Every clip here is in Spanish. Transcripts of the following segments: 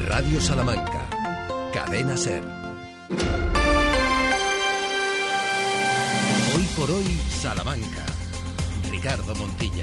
Radio Salamanca, Cadena SER. Hoy por hoy, Salamanca. Ricardo Montilla.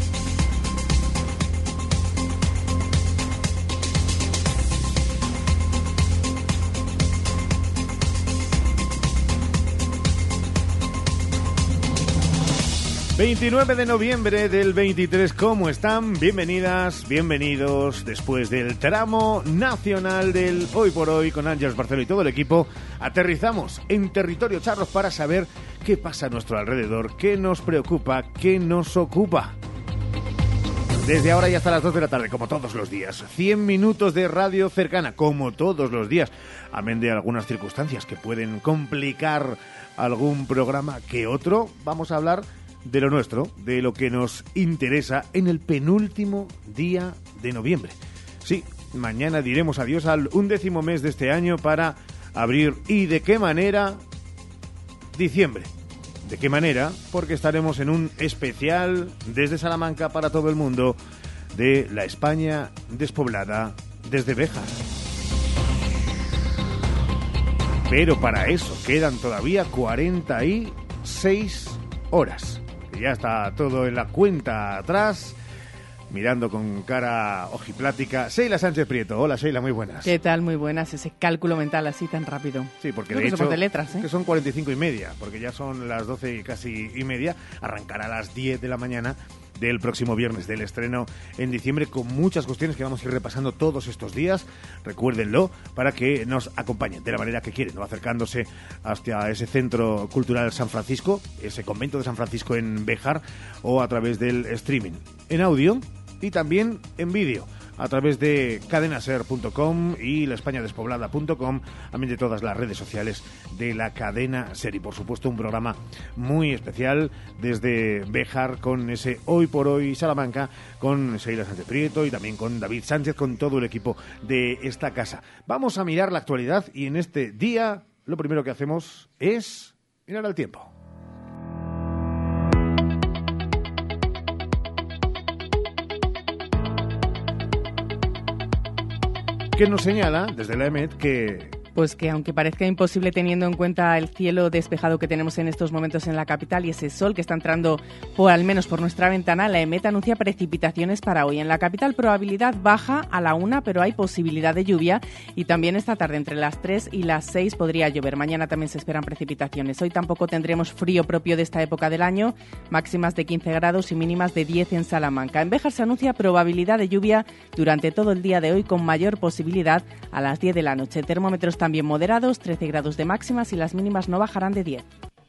...29 de noviembre del 23... ¿Cómo están? Bienvenidas, bienvenidos... ...después del tramo nacional del Hoy por Hoy... ...con Ángeles Barceló y todo el equipo... ...aterrizamos en territorio charros para saber... ...qué pasa a nuestro alrededor... ...qué nos preocupa, qué nos ocupa... Desde ahora y hasta las 2 de la tarde, como todos los días. 100 minutos de radio cercana, como todos los días. Amén de algunas circunstancias que pueden complicar algún programa que otro. Vamos a hablar de lo nuestro, de lo que nos interesa en el penúltimo día de noviembre. Sí, mañana diremos adiós al 11º mes de este año para abrir. ¿Y de qué manera? Diciembre. ¿De qué manera? Porque estaremos en un especial desde Salamanca para todo el mundo de la España despoblada desde Béjar. Pero para eso quedan todavía 46 horas. Que ya está todo en la cuenta atrás. Mirando con cara ojiplática, Sheila Sánchez Prieto. Hola, Sheila, muy buenas. ¿Qué tal? Muy buenas. Ese cálculo mental así tan rápido. Sí, porque creo de que hecho somos de letras, ¿eh? Que son 45:30, porque ya son las 12 casi y media. Arrancará a las 10 de la mañana del próximo viernes, del estreno en diciembre, con muchas cuestiones que vamos a ir repasando todos estos días. Recuérdenlo, para que nos acompañen de la manera que quieren, ¿no? Acercándose hasta ese Centro Cultural San Francisco, ese convento de San Francisco en Béjar, o a través del streaming en audio y también en vídeo a través de cadenaser.com y laespañadespoblada.com, también de todas las redes sociales de la cadena SER. Y por supuesto un programa muy especial desde Béjar con ese Hoy por Hoy Salamanca, con Sheila Sánchez Prieto y también con David Sánchez, con todo el equipo de esta casa. Vamos a mirar la actualidad y en este día lo primero que hacemos es mirar al tiempo. Que nos señala desde la EMET que... Pues que aunque parezca imposible teniendo en cuenta el cielo despejado que tenemos en estos momentos en la capital y ese sol que está entrando al menos por nuestra ventana, la EMET anuncia precipitaciones para hoy. En la capital probabilidad baja a la 1, pero hay posibilidad de lluvia y también esta tarde entre las 3 y las 6 podría llover. Mañana también se esperan precipitaciones. Hoy tampoco tendremos frío propio de esta época del año, máximas de 15 grados y mínimas de 10 en Salamanca. En Béjar se anuncia probabilidad de lluvia durante todo el día de hoy con mayor posibilidad a las 10 de la noche. Termómetros también moderados, 13 grados de máximas y las mínimas no bajarán de 10.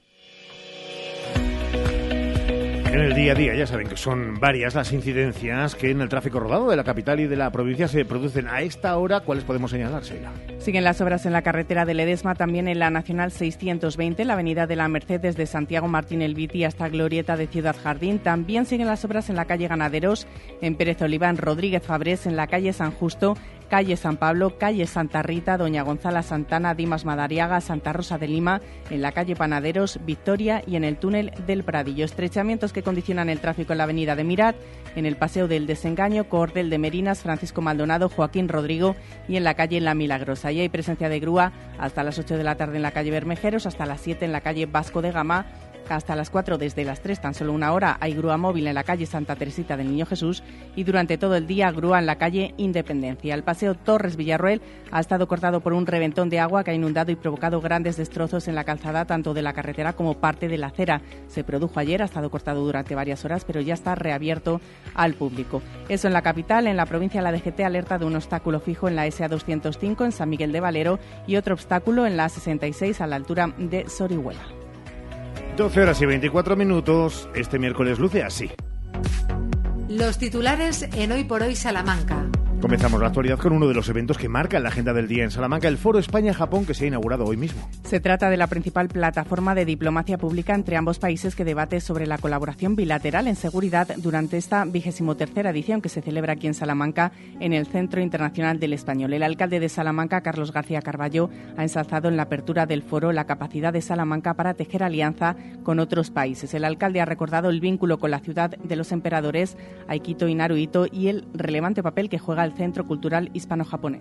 En el día a día ya saben que son varias las incidencias que en el tráfico rodado de la capital y de la provincia se producen a esta hora. ¿Cuáles podemos señalar, Sheila? Siguen las obras en la carretera de Ledesma, también en la Nacional 620, la avenida de la Merced desde Santiago Martín Elviti hasta Glorieta de Ciudad Jardín. También siguen las obras en la calle Ganaderos, en Pérez Oliván, Rodríguez Fabrés, en la calle San Justo, calle San Pablo, calle Santa Rita, Doña Gonzala Santana, Dimas Madariaga, Santa Rosa de Lima, en la calle Panaderos, Victoria y en el túnel del Pradillo. Estrechamientos que condicionan el tráfico en la avenida de Mirat, en el Paseo del Desengaño, Cordel de Merinas, Francisco Maldonado, Joaquín Rodrigo y en la calle La Milagrosa. Y hay presencia de grúa hasta las 8 de la tarde en la calle Bermejeros, hasta las 7 en la calle Vasco de Gama, hasta las 4 desde las 3, tan solo una hora, hay grúa móvil en la calle Santa Teresita del Niño Jesús y durante todo el día grúa en la calle Independencia. El paseo Torres Villarroel ha estado cortado por un reventón de agua que ha inundado y provocado grandes destrozos en la calzada tanto de la carretera como parte de la acera. Se produjo ayer, ha estado cortado durante varias horas, pero ya está reabierto al público. Eso en la capital. En la provincia la DGT alerta de un obstáculo fijo en la SA205 en San Miguel de Valero y otro obstáculo en la A66 a la altura de Sorihuela. 12 horas y 24 minutos, este miércoles luce así. Los titulares en Hoy por Hoy Salamanca. Comenzamos la actualidad con uno de los eventos que marcan la agenda del día en Salamanca, el Foro España-Japón, que se ha inaugurado hoy mismo. Se trata de la principal plataforma de diplomacia pública entre ambos países que debate sobre la colaboración bilateral en seguridad durante esta 23ª edición que se celebra aquí en Salamanca en el Centro Internacional del Español. El alcalde de Salamanca, Carlos García Carballo, ha ensalzado en la apertura del foro la capacidad de Salamanca para tejer alianza con otros países. El alcalde ha recordado el vínculo con la ciudad de los emperadores, Aikito y Naruhito, y el relevante papel que juega el Centro Cultural Hispano-Japonés.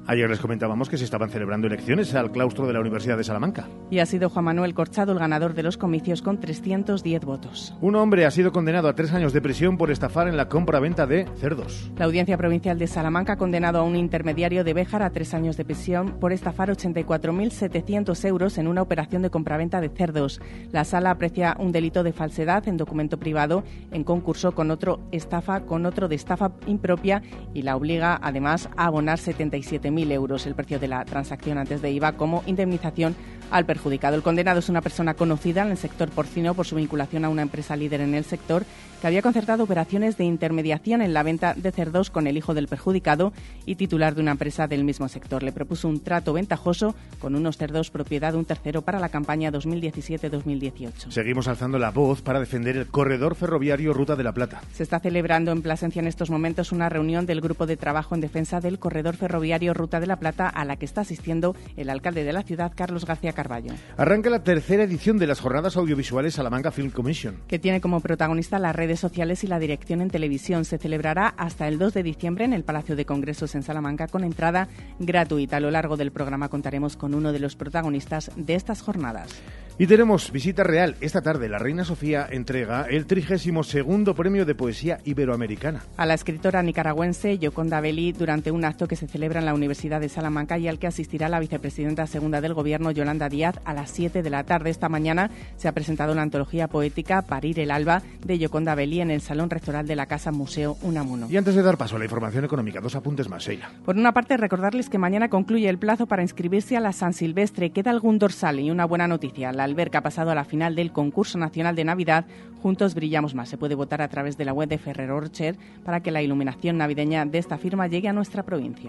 Ayer les comentábamos que se estaban celebrando elecciones al claustro de la Universidad de Salamanca. Y ha sido Juan Manuel Corchado el ganador de los comicios con 310 votos. Un hombre ha sido condenado a 3 años de prisión por estafar en la compra-venta de cerdos. La Audiencia Provincial de Salamanca ha condenado a un intermediario de Béjar a 3 años de prisión por estafar 84.700 euros en una operación de compraventa de cerdos. La Sala aprecia un delito de falsedad en documento privado en concurso con otro de estafa impropia y la obliga además a abonar 77.000 euros, el precio de la transacción antes de IVA, como indemnización al perjudicado. El condenado es una persona conocida en el sector porcino por su vinculación a una empresa líder en el sector que había concertado operaciones de intermediación en la venta de cerdos con el hijo del perjudicado y titular de una empresa del mismo sector. Le propuso un trato ventajoso con unos cerdos propiedad de un tercero para la campaña 2017-2018. Seguimos alzando la voz para defender el corredor ferroviario Ruta de la Plata. Se está celebrando en Plasencia en estos momentos una reunión del Grupo de Trabajo en Defensa del Corredor Ferroviario Ruta de la Plata, a la que está asistiendo el alcalde de la ciudad, Carlos García Carballo. Arranca la tercera edición de las Jornadas Audiovisuales Salamanca Film Commission, que tiene como protagonista las redes sociales y la dirección en televisión. Se celebrará hasta el 2 de diciembre en el Palacio de Congresos en Salamanca con entrada gratuita. A lo largo del programa contaremos con uno de los protagonistas de estas jornadas. Y tenemos visita real. Esta tarde la Reina Sofía entrega el 32º Premio de Poesía Iberoamericana a la escritora nicaragüense Yoconda Belli durante un acto que se celebra en la Universidad de Salamanca y al que asistirá la vicepresidenta segunda del Gobierno, Yolanda Díaz, a las 7 de la tarde. Esta mañana se ha presentado una antología poética, Parir el alba, de Yoconda Belli en el Salón Rectoral de la Casa Museo Unamuno. Y antes de dar paso a la información económica, 2 apuntes más, Sheila. Por una parte, recordarles que mañana concluye el plazo para inscribirse a la San Silvestre. Queda algún dorsal y una buena noticia. La alberca ha pasado a la final del concurso nacional de Navidad Juntos Brillamos Más. Se puede votar a través de la web de Ferrero Rocher para que la iluminación navideña de esta firma llegue a nuestra provincia.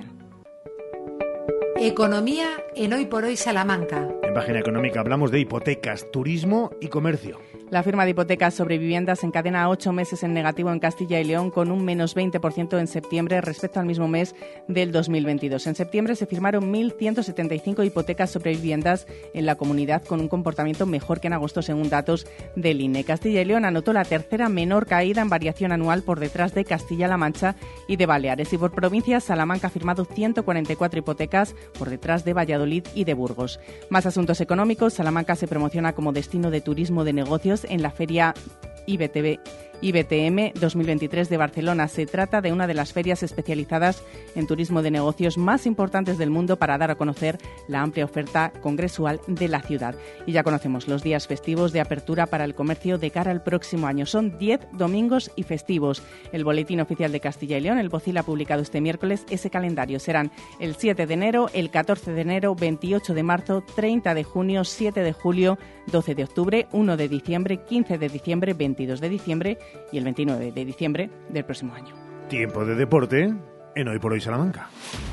Economía en Hoy por Hoy Salamanca. En Página Económica hablamos de hipotecas, turismo y comercio. La firma de hipotecas sobre viviendas encadena 8 meses en negativo en Castilla y León, con un menos 20% en septiembre respecto al mismo mes del 2022. En septiembre se firmaron 1.175 hipotecas sobre viviendas en la comunidad, con un comportamiento mejor que en agosto, según datos del INE. Castilla y León anotó la tercera menor caída en variación anual, por detrás de Castilla-La Mancha y de Baleares. Y por provincias, Salamanca ha firmado 144 hipotecas, por detrás de Valladolid y de Burgos. Más asuntos económicos. Salamanca se promociona como destino de turismo de negocios en la feria IBTM 2023 de Barcelona. Se trata de una de las ferias especializadas en turismo de negocios más importantes del mundo para dar a conocer la amplia oferta congresual de la ciudad. Y ya conocemos los días festivos de apertura para el comercio de cara al próximo año. Son 10 domingos y festivos. El Boletín Oficial de Castilla y León, el BOCIL, ha publicado este miércoles ese calendario. Serán el 7 de enero, el 14 de enero, 28 de marzo, 30 de junio, 7 de julio, 12 de octubre, 1 de diciembre, 15 de diciembre, 22 de diciembre y el 29 de diciembre del próximo año. Tiempo de deporte en Hoy por Hoy Salamanca.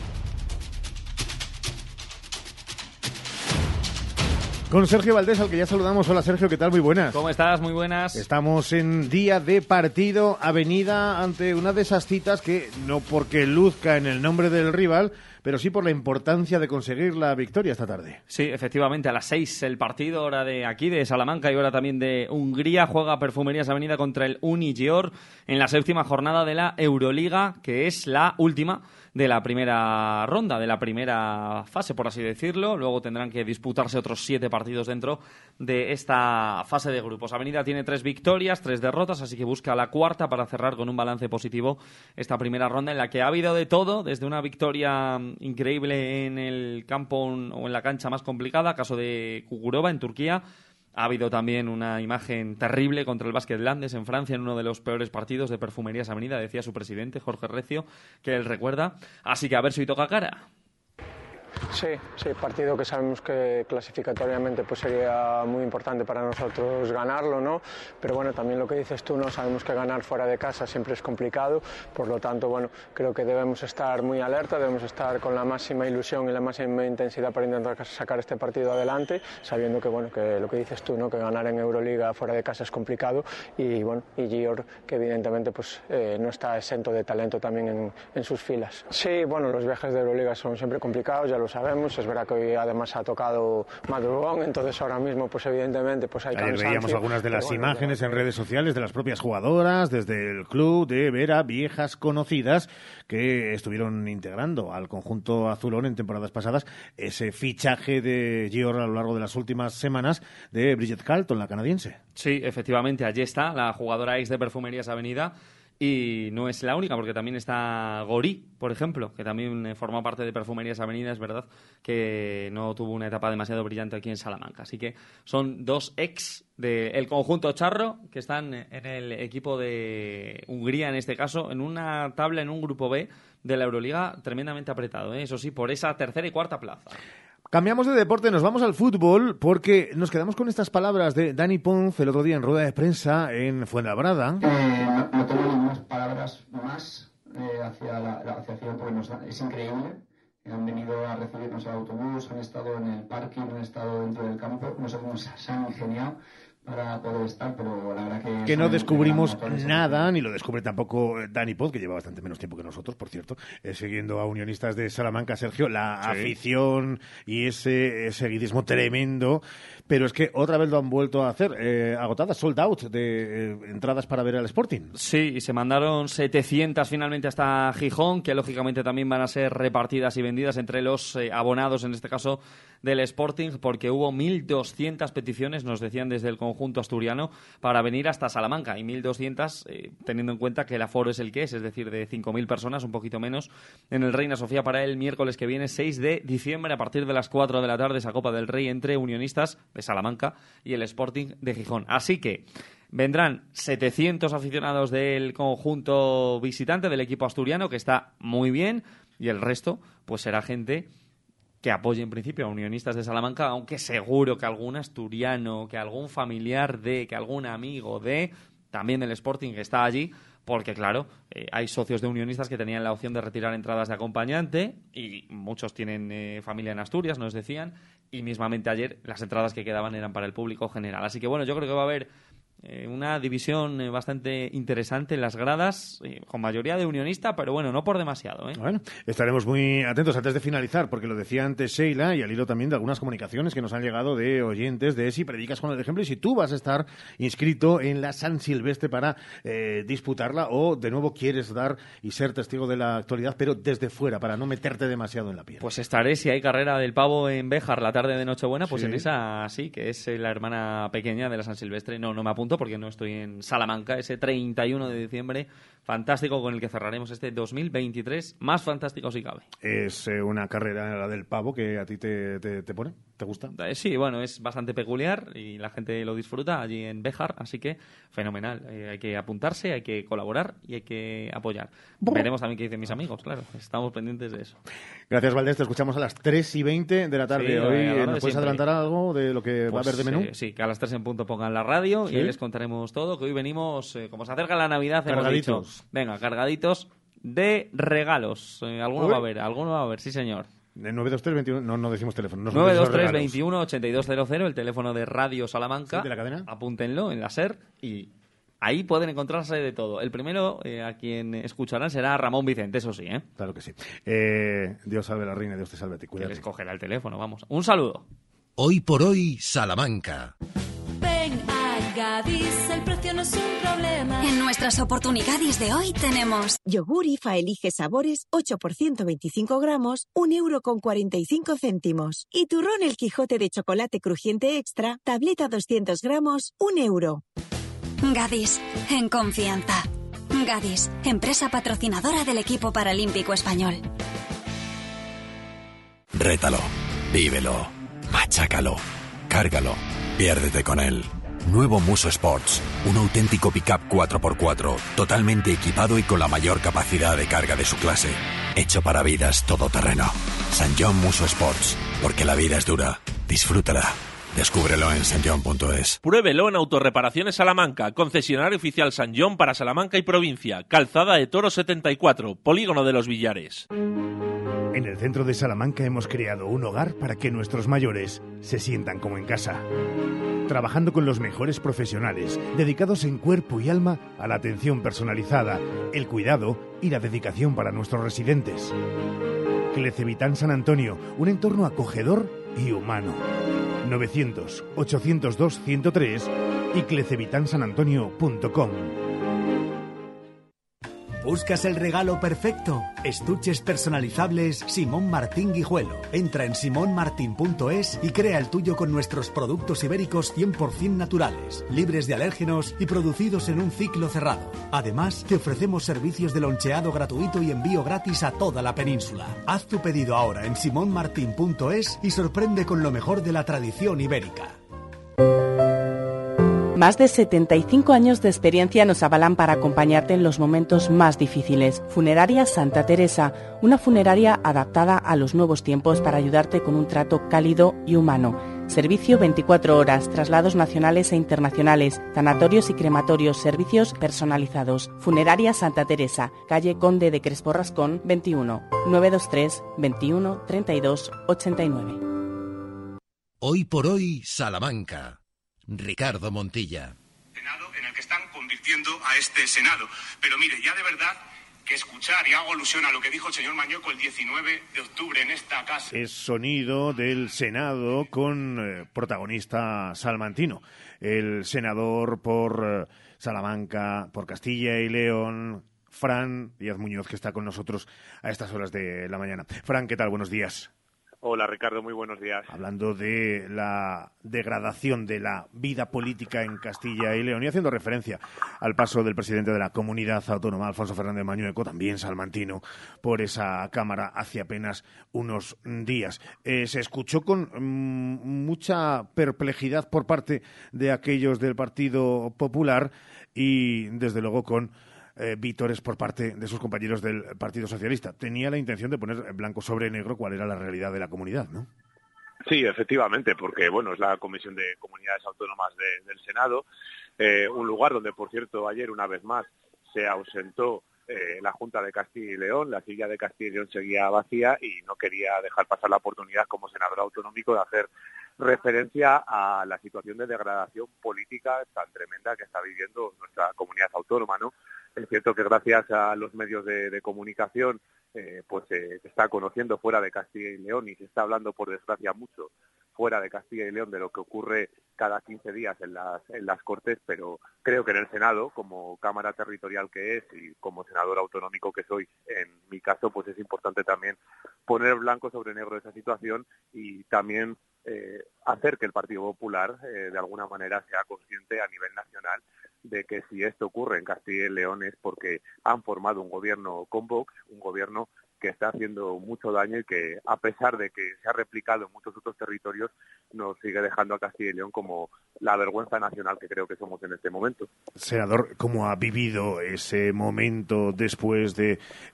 Con Sergio Valdés, al que ya saludamos. Hola Sergio, ¿qué tal? Muy buenas. ¿Cómo estás? Muy buenas. Estamos en día de partido, Avenida, ante una de esas citas que no porque luzca en el nombre del rival, pero sí por la importancia de conseguir la victoria esta tarde. Sí, efectivamente, a las 6 el partido, hora de aquí, de Salamanca y hora también de Hungría. Juega Perfumerías Avenida contra el Unigior en la 7ª jornada de la Euroliga, que es la última de la primera ronda, de la primera fase, por así decirlo. Luego tendrán que disputarse otros 7 partidos dentro de esta fase de grupos. Avenida tiene 3 victorias, 3 derrotas, así que busca la 4ª para cerrar con un balance positivo esta primera ronda, en la que ha habido de todo, desde una victoria increíble en el campo o en la cancha más complicada, caso de Kukurova en Turquía. Ha habido también una imagen terrible contra el Basket Landes en Francia, en uno de los peores partidos de Perfumerías Avenida, decía su presidente, Jorge Recio, que él recuerda. Así que a ver si hoy toca cara. Sí, partido que sabemos que clasificatoriamente pues sería muy importante para nosotros ganarlo, ¿no? Pero bueno, también lo que dices tú, ¿no? Sabemos que ganar fuera de casa siempre es complicado, por lo tanto, bueno, creo que debemos estar muy alerta, debemos estar con la máxima ilusión y la máxima intensidad para intentar sacar este partido adelante, sabiendo que, bueno, que lo que dices tú, ¿no? Que ganar en Euroliga fuera de casa es complicado y, bueno, y Gior, que evidentemente pues no está exento de talento también en sus filas. Sí, bueno, los viajes de Euroliga son siempre complicados, ya lo sabemos. Es verdad que hoy además ha tocado madrugón, entonces ahora mismo pues evidentemente pues hay cansancio. Veíamos algunas de las imágenes en redes sociales de las propias jugadoras, desde el club, de ver a viejas conocidas que estuvieron integrando al conjunto azulón en temporadas pasadas ese fichaje de Gior a lo largo de las últimas semanas de Bridget Carlton, la canadiense. Sí, efectivamente, allí está la jugadora ex de Perfumerías Avenida. Y no es la única, porque también está Gori, por ejemplo, que también forma parte de Perfumerías Avenida. Es verdad que no tuvo una etapa demasiado brillante aquí en Salamanca. Así que son dos ex del conjunto charro que están en el equipo de Hungría, en este caso, en una tabla, en un grupo B de la Euroliga tremendamente apretado, ¿eh? Eso sí, por esa tercera y cuarta plaza. Cambiamos de deporte, nos vamos al fútbol porque nos quedamos con estas palabras de Dani Pons el otro día en rueda de prensa en Fuenlabrada. No tengo ninguna palabras más hacia Ciudad porque es increíble. Han venido a recibirnos al autobús, han estado en el parking, han estado dentro del campo, no sé cómo se han ingeniado para poder estar, pero la verdad que no descubrimos nada, ni lo descubre tampoco Dani Pons, que lleva bastante menos tiempo que nosotros, por cierto, siguiendo a Unionistas de Salamanca. Sergio, la afición y ese seguidismo tremendo, pero es que otra vez lo han vuelto a hacer, agotadas, sold out de entradas para ver al Sporting. Sí, y se mandaron 700 finalmente hasta Gijón, que lógicamente también van a ser repartidas y vendidas entre los abonados, en este caso del Sporting, porque hubo 1.200 peticiones, nos decían desde el conjunto asturiano, para venir hasta Salamanca, y 1.200 teniendo en cuenta que el aforo es el que es decir, de 5.000 personas, un poquito menos, en el Reina Sofía para el miércoles que viene, 6 de diciembre, a partir de las 4 de la tarde, esa Copa del Rey entre Unionistas de Salamanca y el Sporting de Gijón. Así que vendrán 700 aficionados del conjunto visitante del equipo asturiano, que está muy bien, y el resto pues será gente que apoye en principio a Unionistas de Salamanca, aunque seguro que algún asturiano, que algún familiar de, que algún amigo de, también del Sporting que está allí, porque claro, hay socios de Unionistas que tenían la opción de retirar entradas de acompañante y muchos tienen familia en Asturias, nos decían, y mismamente ayer las entradas que quedaban eran para el público general. Así que bueno, yo creo que va a haber una división bastante interesante en las gradas, con mayoría de unionista, pero bueno, no por demasiado, ¿eh? Bueno, estaremos muy atentos antes de finalizar, porque lo decía antes Sheila, y al hilo también de algunas comunicaciones que nos han llegado de oyentes de si predicas con el ejemplo y si tú vas a estar inscrito en la San Silvestre para disputarla, o de nuevo quieres dar y ser testigo de la actualidad, pero desde fuera, para no meterte demasiado en la piel. Pues estaré, si hay carrera del pavo en Béjar la tarde de Nochebuena, pues sí, en esa sí, que es la hermana pequeña de la San Silvestre. No me apunto porque no estoy en Salamanca, ese 31 de diciembre, fantástico, con el que cerraremos este 2023, más fantástico si cabe. Es una carrera, la del pavo, que a ti te pone, ¿te gusta? Sí, bueno, es bastante peculiar y la gente lo disfruta allí en Béjar, así que fenomenal. Hay que apuntarse, hay que colaborar y hay que apoyar. Veremos también qué dicen mis amigos, claro, estamos pendientes de eso. Gracias, Valdés, te escuchamos a las 3:20 de la tarde. Sí, hoy, ¿nos puedes adelantar algo de lo que va a haber de menú? Sí, que a las 3 en punto pongan la radio, ¿sí? Y ahí les contaremos todo, que hoy venimos, como se acerca la Navidad, hemos dicho, venga, cargaditos de regalos. ¿Alguno va a haber? Sí, señor. 923-21, no decimos teléfono. 923-21-8200, el teléfono de Radio Salamanca. ¿Sí, de la cadena? Apúntenlo en la SER y ahí pueden encontrarse de todo. El primero a quien escucharán será Ramón Vicente, eso sí, ¿eh? Claro que sí. Dios salve a la reina, Dios te salve a ti. Cuídate. Que les cogerá el teléfono, vamos. Un saludo. Hoy por hoy, Salamanca. Ven a Gadis, el precio no es un problema. En nuestras oportunidades de hoy tenemos yogur IFA Elige Sabores, 8 por 125 gramos, 1,45 €. Y turrón El Quijote de chocolate crujiente extra, tableta 200 gramos, 1 €. Gadis, en confianza. Gadis, empresa patrocinadora del equipo paralímpico español. Rétalo, vívelo, machácalo, cárgalo, piérdete con él. Nuevo Muso Sports, un auténtico pick-up 4x4, totalmente equipado y con la mayor capacidad de carga de su clase. Hecho para vidas todoterreno. SsangYong Muso Sports, porque la vida es dura. Disfrútala. Descúbrelo en SsangYong.es. Pruébelo en Autorreparaciones Salamanca, concesionario oficial SsangYong para Salamanca y provincia. Calzada de Toro 74, Polígono de los Villares. En el centro de Salamanca hemos creado un hogar para que nuestros mayores se sientan como en casa. Trabajando con los mejores profesionales, dedicados en cuerpo y alma a la atención personalizada, el cuidado y la dedicación para nuestros residentes. Clecevitán San Antonio, un entorno acogedor y humano. 900-802-103 y clecevitansanantonio.com. ¿Buscas el regalo perfecto? Estuches personalizables Simón Martín Guijuelo. Entra en simonmartin.es y crea el tuyo con nuestros productos ibéricos 100% naturales, libres de alérgenos y producidos en un ciclo cerrado. Además, te ofrecemos servicios de loncheado gratuito y envío gratis a toda la península. Haz tu pedido ahora en simonmartin.es y sorprende con lo mejor de la tradición ibérica. Más de 75 años de experiencia nos avalan para acompañarte en los momentos más difíciles. Funeraria Santa Teresa, una funeraria adaptada a los nuevos tiempos para ayudarte con un trato cálido y humano. Servicio 24 horas, traslados nacionales e internacionales, tanatorios y crematorios, servicios personalizados. Funeraria Santa Teresa, calle Conde de Crespo Rascón, 21, 923 21 32 89. Hoy por hoy, Salamanca. Ricardo Montilla. Senado en el que están convirtiendo a este Senado. Pero mire, ya de verdad que escuchar, y hago alusión a lo que dijo el señor Mañueco el 19 de octubre en esta casa. Es sonido del Senado con protagonista salmantino. El senador por Salamanca, por Castilla y León, Fran Díaz Muñoz, que está con nosotros a estas horas de la mañana. Fran, ¿qué tal? Buenos días. Hola Ricardo, muy buenos días. Hablando de la degradación de la vida política en Castilla y León y haciendo referencia al paso del presidente de la comunidad autónoma, Alfonso Fernández Mañueco, también salmantino, por esa Cámara hace apenas unos días. Se escuchó con mucha perplejidad por parte de aquellos del Partido Popular y, desde luego, con vítores por parte de sus compañeros del Partido Socialista. Tenía la intención de poner blanco sobre negro cuál era la realidad de la comunidad, ¿no? Sí, efectivamente, porque bueno, es la Comisión de Comunidades Autónomas del Senado, un lugar donde, por cierto, ayer una vez más se ausentó la Junta de Castilla y León, la silla de Castilla y León seguía vacía y no quería dejar pasar la oportunidad como senador autonómico de hacer referencia a la situación de degradación política tan tremenda que está viviendo nuestra comunidad autónoma, ¿no? Es cierto que gracias a los medios de comunicación pues se está conociendo fuera de Castilla y León y se está hablando, por desgracia, mucho fuera de Castilla y León de lo que ocurre cada 15 días en las Cortes, pero creo que en el Senado, como Cámara Territorial que es y como senador autonómico que soy, en mi caso, pues es importante también poner blanco sobre negro esa situación y también hacer que el Partido Popular de alguna manera sea consciente a nivel nacional de que si esto ocurre en Castilla y León es porque han formado un gobierno con Vox, un gobierno que está haciendo mucho daño y que, a pesar de que se ha replicado en muchos otros territorios, nos sigue dejando a Castilla y León como la vergüenza nacional que creo que somos en este momento. Senador, ¿cómo ha vivido ese momento después de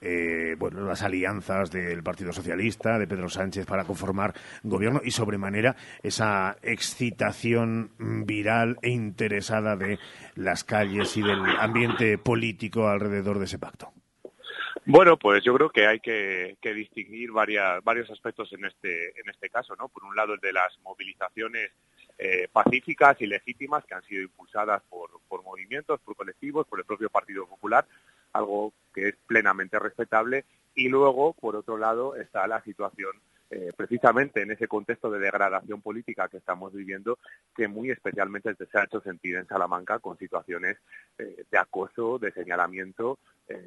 las alianzas del Partido Socialista, de Pedro Sánchez para conformar gobierno y sobremanera esa excitación viral e interesada de las calles y del ambiente político alrededor de ese pacto? Bueno, pues yo creo que hay que distinguir varios aspectos en este caso, ¿no? Por un lado, el de las movilizaciones pacíficas y legítimas que han sido impulsadas por movimientos, por colectivos, por el propio Partido Popular, algo que es plenamente respetable. Y luego, por otro lado, está la situación precisamente en ese contexto de degradación política que estamos viviendo, que muy especialmente se ha hecho sentir en Salamanca con situaciones de acoso, de señalamiento,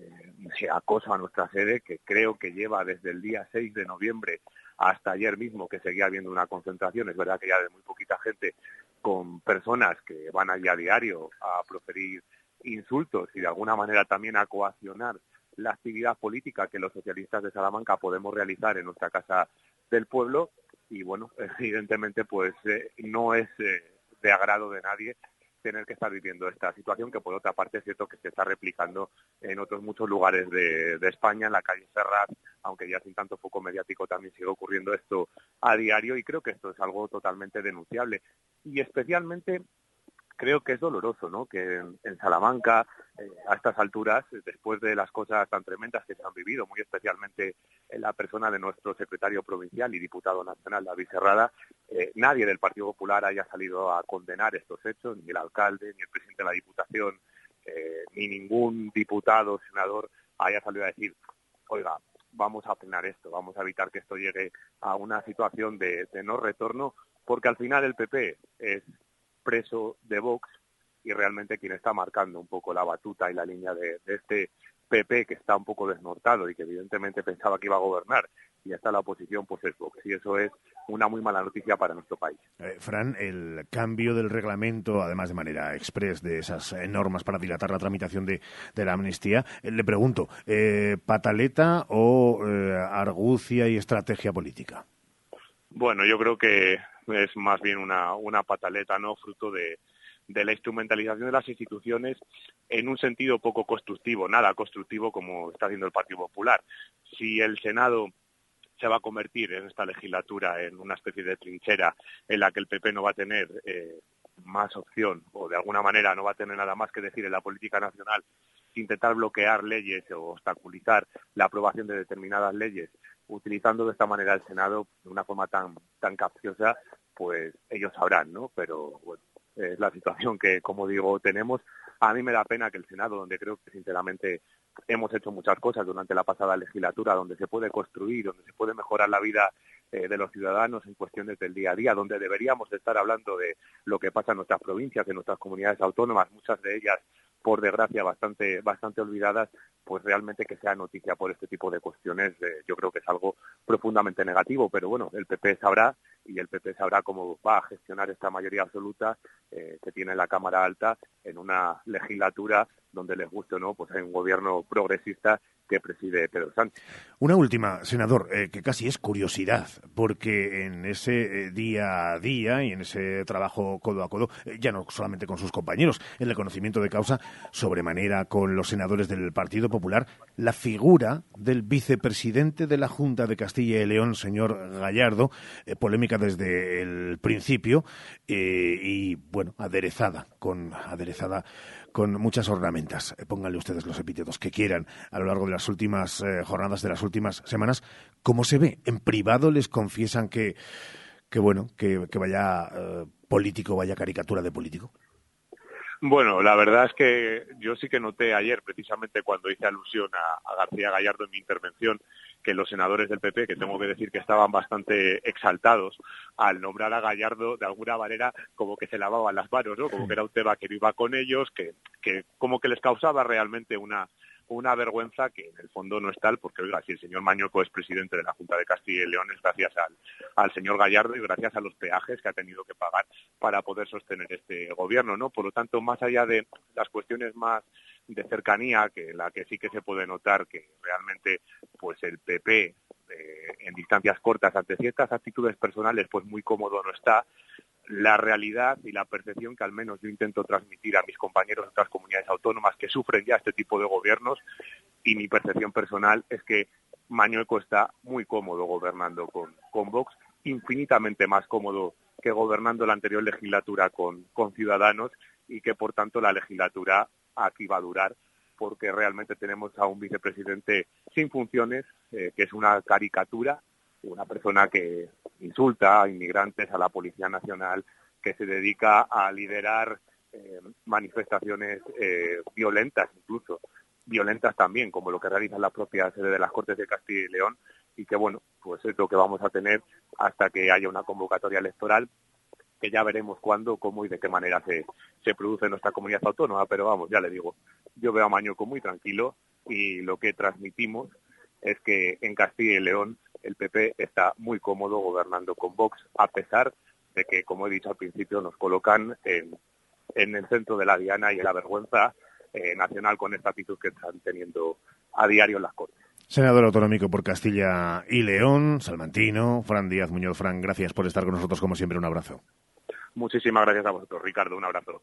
de acoso a nuestra sede, que creo que lleva desde el día 6 de noviembre hasta ayer mismo, que seguía habiendo una concentración, es verdad que ya de muy poquita gente, con personas que van allí a diario a proferir insultos y de alguna manera también a coaccionar la actividad política que los socialistas de Salamanca podemos realizar en nuestra Casa del Pueblo. Y bueno, evidentemente pues no es de agrado de nadie tener que estar viviendo esta situación, que por otra parte es cierto que se está replicando en otros muchos lugares de España, en la calle Serrat, aunque ya sin tanto foco mediático también sigue ocurriendo esto a diario, y creo que esto es algo totalmente denunciable. Y especialmente creo que es doloroso, ¿no?, que en Salamanca, a estas alturas, después de las cosas tan tremendas que se han vivido, muy especialmente en la persona de nuestro secretario provincial y diputado nacional, David Serrada, nadie del Partido Popular haya salido a condenar estos hechos, ni el alcalde, ni el presidente de la Diputación, ni ningún diputado o senador haya salido a decir, oiga, vamos a frenar esto, vamos a evitar que esto llegue a una situación de no retorno, porque al final el PP es preso de Vox y realmente quien está marcando un poco la batuta y la línea de este PP, que está un poco desnortado y que evidentemente pensaba que iba a gobernar, y está la oposición, pues es Vox, y eso es una muy mala noticia para nuestro país. Fran, el cambio del reglamento, además de manera express de esas normas para dilatar la tramitación de la amnistía, le pregunto, ¿pataleta o argucia y estrategia política? Bueno, yo creo que es más bien una pataleta, ¿no? Fruto de la instrumentalización de las instituciones en un sentido poco constructivo, nada constructivo como está haciendo el Partido Popular. Si el Senado se va a convertir en esta legislatura en una especie de trinchera en la que el PP no va a tener más opción, o de alguna manera no va a tener nada más que decir en la política nacional, intentar bloquear leyes o obstaculizar la aprobación de determinadas leyes, utilizando de esta manera el Senado de una forma tan capciosa, pues ellos sabrán, ¿no? Pero bueno, es la situación que, como digo, tenemos. A mí me da pena que el Senado, donde creo que sinceramente hemos hecho muchas cosas durante la pasada legislatura, donde se puede construir, donde se puede mejorar la vida de los ciudadanos en cuestiones del día a día, donde deberíamos de estar hablando de lo que pasa en nuestras provincias, en nuestras comunidades autónomas, muchas de ellas, por desgracia, bastante olvidadas, pues realmente que sea noticia por este tipo de cuestiones, yo creo que es algo profundamente negativo, pero bueno, el PP sabrá, y el PP sabrá cómo va a gestionar esta mayoría absoluta que tiene la Cámara Alta en una legislatura donde, les guste o no, pues hay un gobierno progresista que preside Pedro Sánchez. Una última, senador, que casi es curiosidad, porque en ese día a día y en ese trabajo codo a codo, ya no solamente con sus compañeros, en el conocimiento de causa, sobremanera con los senadores del Partido Popular, la figura del vicepresidente de la Junta de Castilla y León, señor Gallardo, polémica desde el principio y, bueno, aderezada con muchas ornamentas. Pónganle ustedes los epítetos que quieran a lo largo de las últimas jornadas, de las últimas semanas. ¿Cómo se ve? En privado les confiesan que vaya político, vaya caricatura de político. Bueno, la verdad es que yo sí que noté ayer, precisamente cuando hice alusión a García Gallardo en mi intervención, que los senadores del PP, que tengo que decir que estaban bastante exaltados al nombrar a Gallardo, de alguna manera como que se lavaban las manos, ¿no? Como que era un tema que no iba con ellos, que como que les causaba realmente una vergüenza que en el fondo no es tal, porque oiga, si el señor Mañueco es presidente de la Junta de Castilla y León es gracias al señor Gallardo y gracias a los peajes que ha tenido que pagar para poder sostener este gobierno, ¿no? Por lo tanto, más allá de las cuestiones más de cercanía, que la que sí que se puede notar que realmente pues el PP en distancias cortas ante ciertas actitudes personales pues muy cómodo no está, la realidad y la percepción que al menos yo intento transmitir a mis compañeros de otras comunidades autónomas que sufren ya este tipo de gobiernos, y mi percepción personal es que Mañueco está muy cómodo gobernando con Vox, infinitamente más cómodo que gobernando la anterior legislatura con Ciudadanos, y que por tanto la legislatura aquí va a durar, porque realmente tenemos a un vicepresidente sin funciones, que es una caricatura, una persona que insulta a inmigrantes, a la Policía Nacional, que se dedica a liderar manifestaciones violentas, incluso violentas también, como lo que realiza la propia sede de las Cortes de Castilla y León, y que bueno, pues es lo que vamos a tener hasta que haya una convocatoria electoral, que ya veremos cuándo, cómo y de qué manera se produce en nuestra comunidad autónoma, pero vamos, ya le digo, yo veo a Mañueco muy tranquilo, y lo que transmitimos es que en Castilla y León el PP está muy cómodo gobernando con Vox, a pesar de que, como he dicho al principio, nos colocan en el centro de la diana y en la vergüenza nacional con esta actitud que están teniendo a diario en las Cortes. Senador autonómico por Castilla y León, salmantino, Fran Díaz Muñoz. Fran, gracias por estar con nosotros, como siempre, un abrazo. Muchísimas gracias a vosotros, Ricardo, un abrazo.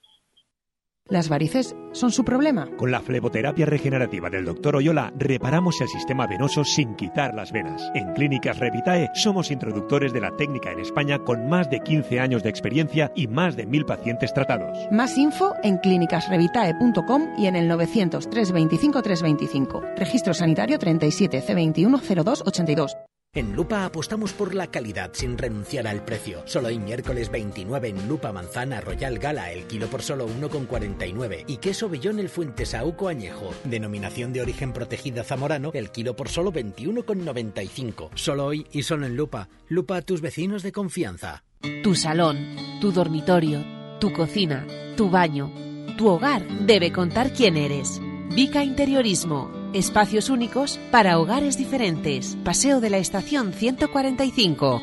¿Las varices son su problema? Con la fleboterapia regenerativa del Dr. Oyola reparamos el sistema venoso sin quitar las venas. En Clínicas Revitae somos introductores de la técnica en España con más de 15 años de experiencia y más de 1.000 pacientes tratados. Más info en clínicasrevitae.com y en el 900 325 325. Registro sanitario 37 C21 02 82. En Lupa apostamos por la calidad sin renunciar al precio. Solo hoy miércoles 29 en Lupa manzana Royal Gala el kilo por solo 1,49 y queso Bellón el Fuentesauco añejo. Denominación de origen protegida zamorano el kilo por solo 21,95. Solo hoy y solo en Lupa. Lupa a tus vecinos de confianza. Tu salón, tu dormitorio, tu cocina, tu baño, tu hogar debe contar quién eres. Vica Interiorismo. Espacios únicos para hogares diferentes. Paseo de la Estación 145.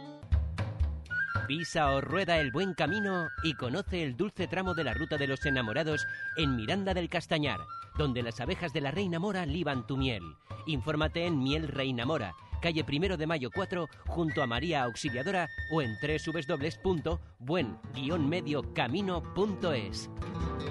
Pisa o rueda el buen camino y conoce el dulce tramo de la Ruta de los Enamorados en Miranda del Castañar, donde las abejas de la Reina Mora liban tu miel. Infórmate en Miel Reina Mora, calle 1 de Mayo 4, junto a María Auxiliadora, o en www.buen-mediocamino.es.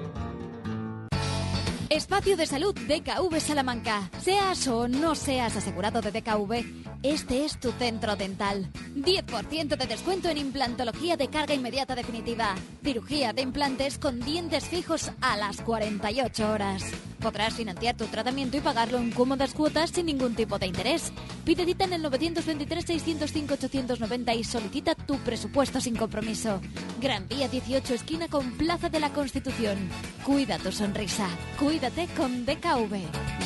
Espacio de Salud DKV Salamanca. Seas o no seas asegurado de DKV, este es tu centro dental. 10% de descuento en implantología de carga inmediata definitiva. Cirugía de implantes con dientes fijos a las 48 horas. Podrás financiar tu tratamiento y pagarlo en cómodas cuotas sin ningún tipo de interés. Pide cita en el 923-605-890 y solicita tu presupuesto sin compromiso. Gran Vía 18, esquina con Plaza de la Constitución. Cuida tu sonrisa. Cuídate con DKV.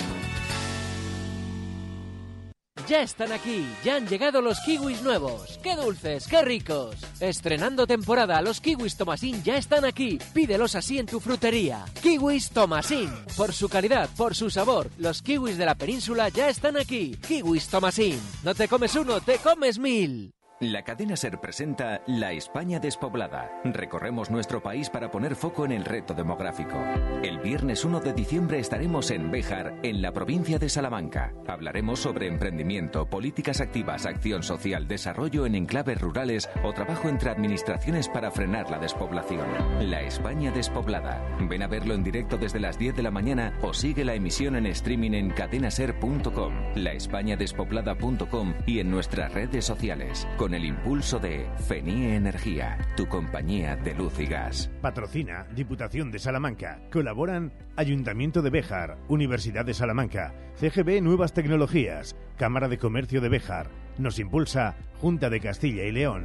Ya están aquí, ya han llegado los kiwis nuevos. ¡Qué dulces, qué ricos! Estrenando temporada, los kiwis Tomasín ya están aquí. Pídelos así en tu frutería. Kiwis Tomasín. Por su calidad, por su sabor, los kiwis de la península ya están aquí. Kiwis Tomasín. No te comes uno, te comes 1000. La cadena SER presenta La España despoblada. Recorremos nuestro país para poner foco en el reto demográfico. El viernes 1 de diciembre estaremos en Béjar, en la provincia de Salamanca. Hablaremos sobre emprendimiento, políticas activas, acción social, desarrollo en enclaves rurales o trabajo entre administraciones para frenar la despoblación. La España despoblada. Ven a verlo en directo desde las 10 de la mañana o sigue la emisión en streaming en cadenaser.com, laespañadespoblada.com y en nuestras redes sociales. Con el impulso de FENIE Energía, tu compañía de luz y gas. Patrocina Diputación de Salamanca. Colaboran Ayuntamiento de Béjar, Universidad de Salamanca, CGB Nuevas Tecnologías, Cámara de Comercio de Béjar. Nos impulsa Junta de Castilla y León.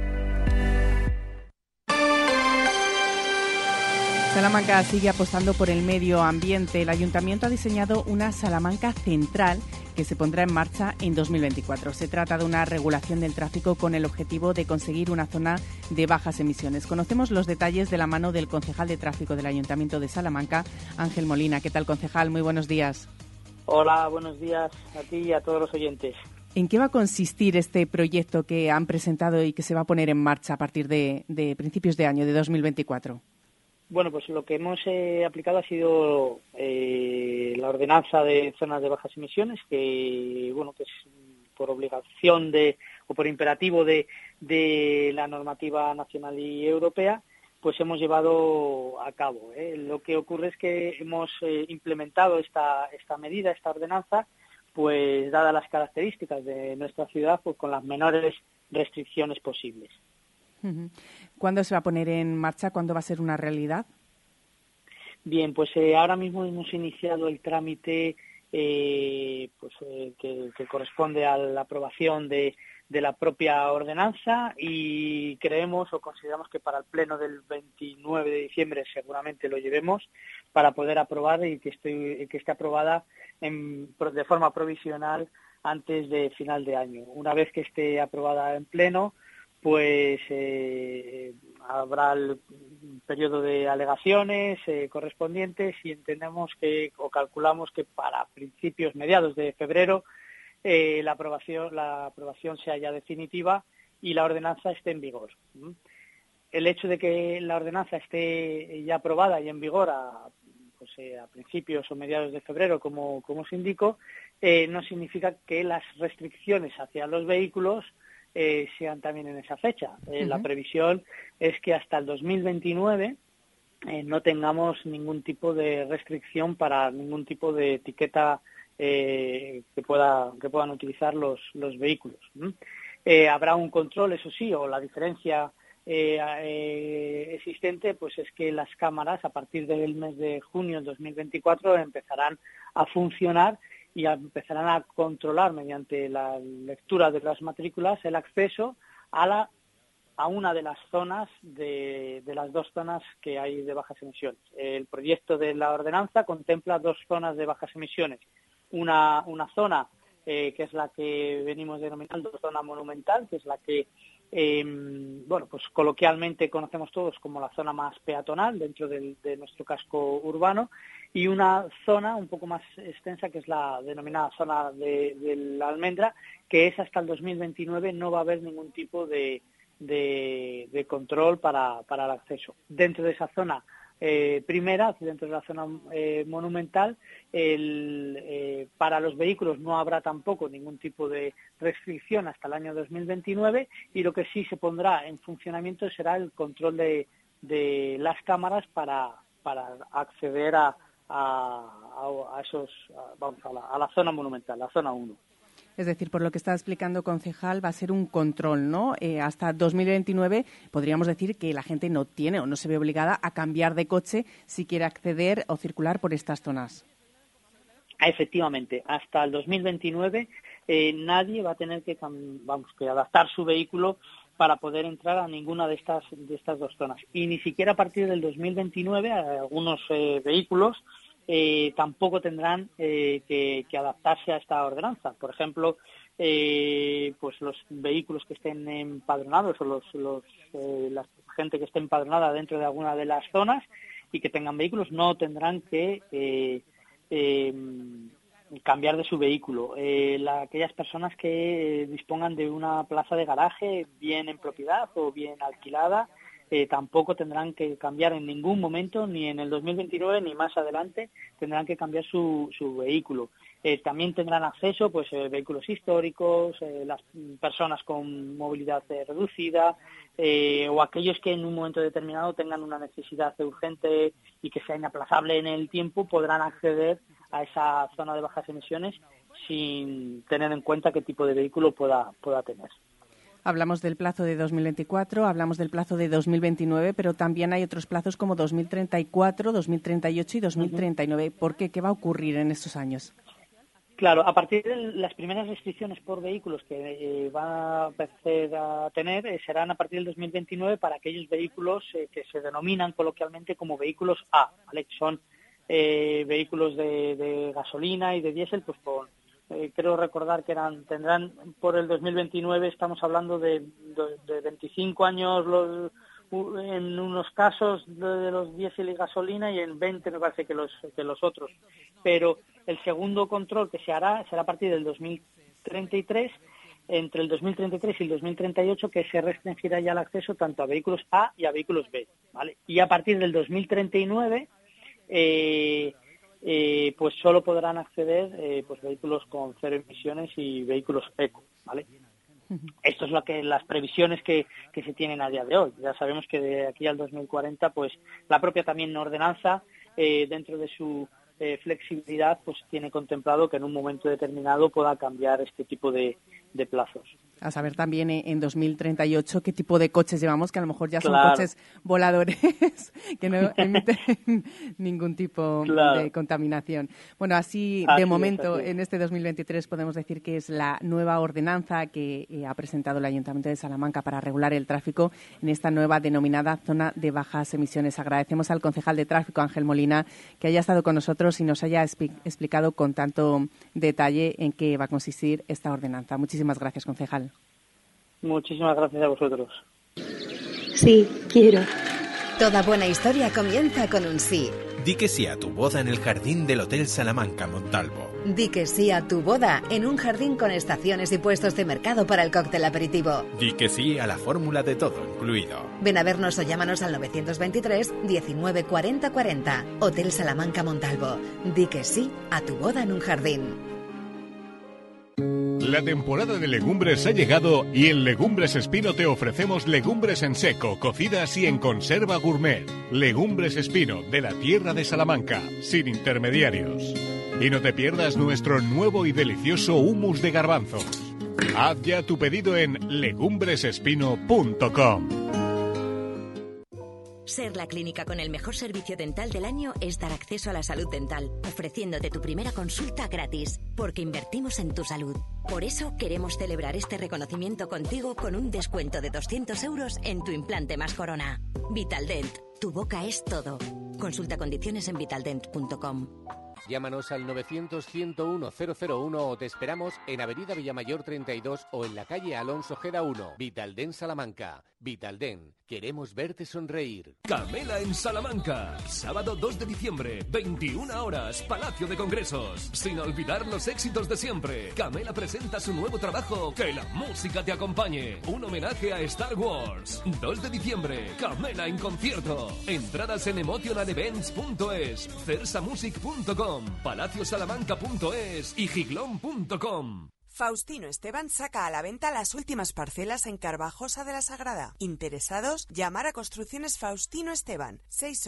Salamanca sigue apostando por el medio ambiente. El Ayuntamiento ha diseñado una Salamanca central que se pondrá en marcha en 2024. Se trata de una regulación del tráfico con el objetivo de conseguir una zona de bajas emisiones. Conocemos los detalles de la mano del concejal de tráfico del Ayuntamiento de Salamanca, Ángel Molina. ¿Qué tal, concejal? Muy buenos días. Hola, buenos días a ti y a todos los oyentes. ¿En qué va a consistir este proyecto que han presentado y que se va a poner en marcha a partir de principios de año, de 2024? Bueno, pues lo que hemos aplicado ha sido la ordenanza de zonas de bajas emisiones, que es por obligación o por imperativo de la normativa nacional y europea, pues hemos llevado a cabo. Lo que ocurre es que hemos implementado esta medida, esta ordenanza, pues dadas las características de nuestra ciudad, pues con las menores restricciones posibles. ¿Cuándo se va a poner en marcha? ¿Cuándo va a ser una realidad? Bien, pues ahora mismo hemos iniciado el trámite que corresponde a la aprobación de la propia ordenanza y creemos o consideramos que para el pleno del 29 de diciembre seguramente lo llevemos para poder aprobar y que esté aprobada de forma provisional antes de final de año. Una vez que esté aprobada en pleno, pues habrá el periodo de alegaciones correspondientes y entendemos o calculamos que para mediados de febrero la aprobación sea ya definitiva y la ordenanza esté en vigor. El hecho de que la ordenanza esté ya aprobada y en vigor a principios o mediados de febrero, como os indico, no significa que las restricciones hacia los vehículos sean también en esa fecha. La previsión es que hasta el 2029 no tengamos ningún tipo de restricción para ningún tipo de etiqueta que puedan utilizar los vehículos. Habrá un control, eso sí, o la diferencia existente pues es que las cámaras a partir del mes de junio de 2024 empezarán a funcionar y empezarán a controlar mediante la lectura de las matrículas el acceso a una de las zonas de las 2 zonas que hay de bajas emisiones. El proyecto de la ordenanza contempla 2 zonas de bajas emisiones. Una zona que es la que venimos denominando zona monumental, que es la que pues coloquialmente conocemos todos como la zona más peatonal dentro de nuestro casco urbano, y una zona un poco más extensa que es la denominada zona de la Almendra, que es hasta el 2029 no va a haber ningún tipo de control para el acceso. Dentro de esa zona primera, dentro de la zona monumental, para los vehículos no habrá tampoco ningún tipo de restricción hasta el año 2029, y lo que sí se pondrá en funcionamiento será el control de las cámaras para acceder a la zona monumental, la zona 1. Es decir, por lo que está explicando, concejal, va a ser un control, ¿no? Hasta 2029 podríamos decir que la gente no tiene o no se ve obligada a cambiar de coche si quiere acceder o circular por estas zonas. Efectivamente, hasta el 2029 nadie va a tener que adaptar su vehículo para poder entrar a ninguna de estas 2 zonas. Y ni siquiera a partir del 2029 algunos vehículos tampoco tendrán que adaptarse a esta ordenanza. Por ejemplo, pues los vehículos que estén empadronados o la gente que esté empadronada dentro de alguna de las zonas y que tengan vehículos no tendrán que cambiar de su vehículo. Aquellas personas que dispongan de una plaza de garaje, bien en propiedad o bien alquilada, tampoco tendrán que cambiar en ningún momento, ni en el 2029 ni más adelante, tendrán que cambiar su vehículo. También tendrán acceso pues vehículos históricos, las personas con movilidad reducida, o aquellos que en un momento determinado tengan una necesidad urgente y que sea inaplazable en el tiempo, podrán acceder a esa zona de bajas emisiones sin tener en cuenta qué tipo de vehículo pueda tener. Hablamos del plazo de 2024, hablamos del plazo de 2029, pero también hay otros plazos como 2034, 2038 y 2039. ¿Por qué? ¿Qué va a ocurrir en estos años? Claro, a partir de las primeras restricciones por vehículos que va a empezar a tener serán a partir del 2029 para aquellos vehículos que se denominan coloquialmente como vehículos A, ¿vale? Que son vehículos de gasolina y de diésel, pues creo recordar que tendrán por el 2029, estamos hablando de 25 años en unos casos de los diésel y gasolina, y en 20 me parece que los otros. Pero el segundo control que se hará será a partir del 2033, entre el 2033 y el 2038, que se restringirá ya el acceso tanto a vehículos A y a vehículos B, ¿vale? Y a partir del 2039 pues solo podrán acceder pues vehículos con 0 emisiones y vehículos eco, ¿vale? Esto es las previsiones que se tienen a día de hoy. Ya sabemos que de aquí al 2040, pues la propia también ordenanza, dentro de su flexibilidad, pues tiene contemplado que en un momento determinado pueda cambiar este tipo de plazos. A saber también en 2038 qué tipo de coches llevamos, que a lo mejor ya son coches voladores que no emiten ningún tipo de contaminación. Bueno, así de momento en este 2023 podemos decir que es la nueva ordenanza que ha presentado el Ayuntamiento de Salamanca para regular el tráfico en esta nueva denominada zona de bajas emisiones. Agradecemos al concejal de tráfico, Ángel Molina, que haya estado con nosotros y nos haya explicado con tanto detalle en qué va a consistir esta ordenanza. Muchísimas gracias, concejal. Muchísimas gracias a vosotros. Sí, quiero. Toda buena historia comienza con un sí. Di que sí a tu boda en el jardín del Hotel Salamanca Montalvo. Di que sí a tu boda en un jardín con estaciones y puestos de mercado para el cóctel aperitivo. Di que sí a la fórmula de todo incluido. Ven a vernos o llámanos al 923 19 40 40. Hotel Salamanca Montalvo. Di que sí a tu boda en un jardín. La temporada de legumbres ha llegado y en Legumbres Espino te ofrecemos legumbres en seco, cocidas y en conserva gourmet. Legumbres Espino, de la tierra de Salamanca, sin intermediarios. Y no te pierdas nuestro nuevo y delicioso hummus de garbanzos. Haz ya tu pedido en legumbresespino.com. Ser la clínica con el mejor servicio dental del año es dar acceso a la salud dental, ofreciéndote tu primera consulta gratis, porque invertimos en tu salud. Por eso queremos celebrar este reconocimiento contigo con un descuento de 200 € en tu implante más corona. Vitaldent, tu boca es todo. Consulta condiciones en vitaldent.com. Llámanos al 900-101-001 o te esperamos en Avenida Villamayor 32 o en la calle Alonso Ojeda 1. Vitaldent Salamanca. Vitaldent. Queremos verte sonreír. Camela en Salamanca. Sábado 2 de diciembre, 21 horas, Palacio de Congresos. Sin olvidar los éxitos de siempre. Camela presenta su nuevo trabajo, Que la música te acompañe. Un homenaje a Star Wars. 2 de diciembre, Camela en concierto. Entradas en emotionalevents.es, cersamusic.com, palaciosalamanca.es y giglón.com. Faustino Esteban saca a la venta las últimas parcelas en Carvajosa de la Sagrada. ¿Interesados? Llamar a Construcciones Faustino Esteban,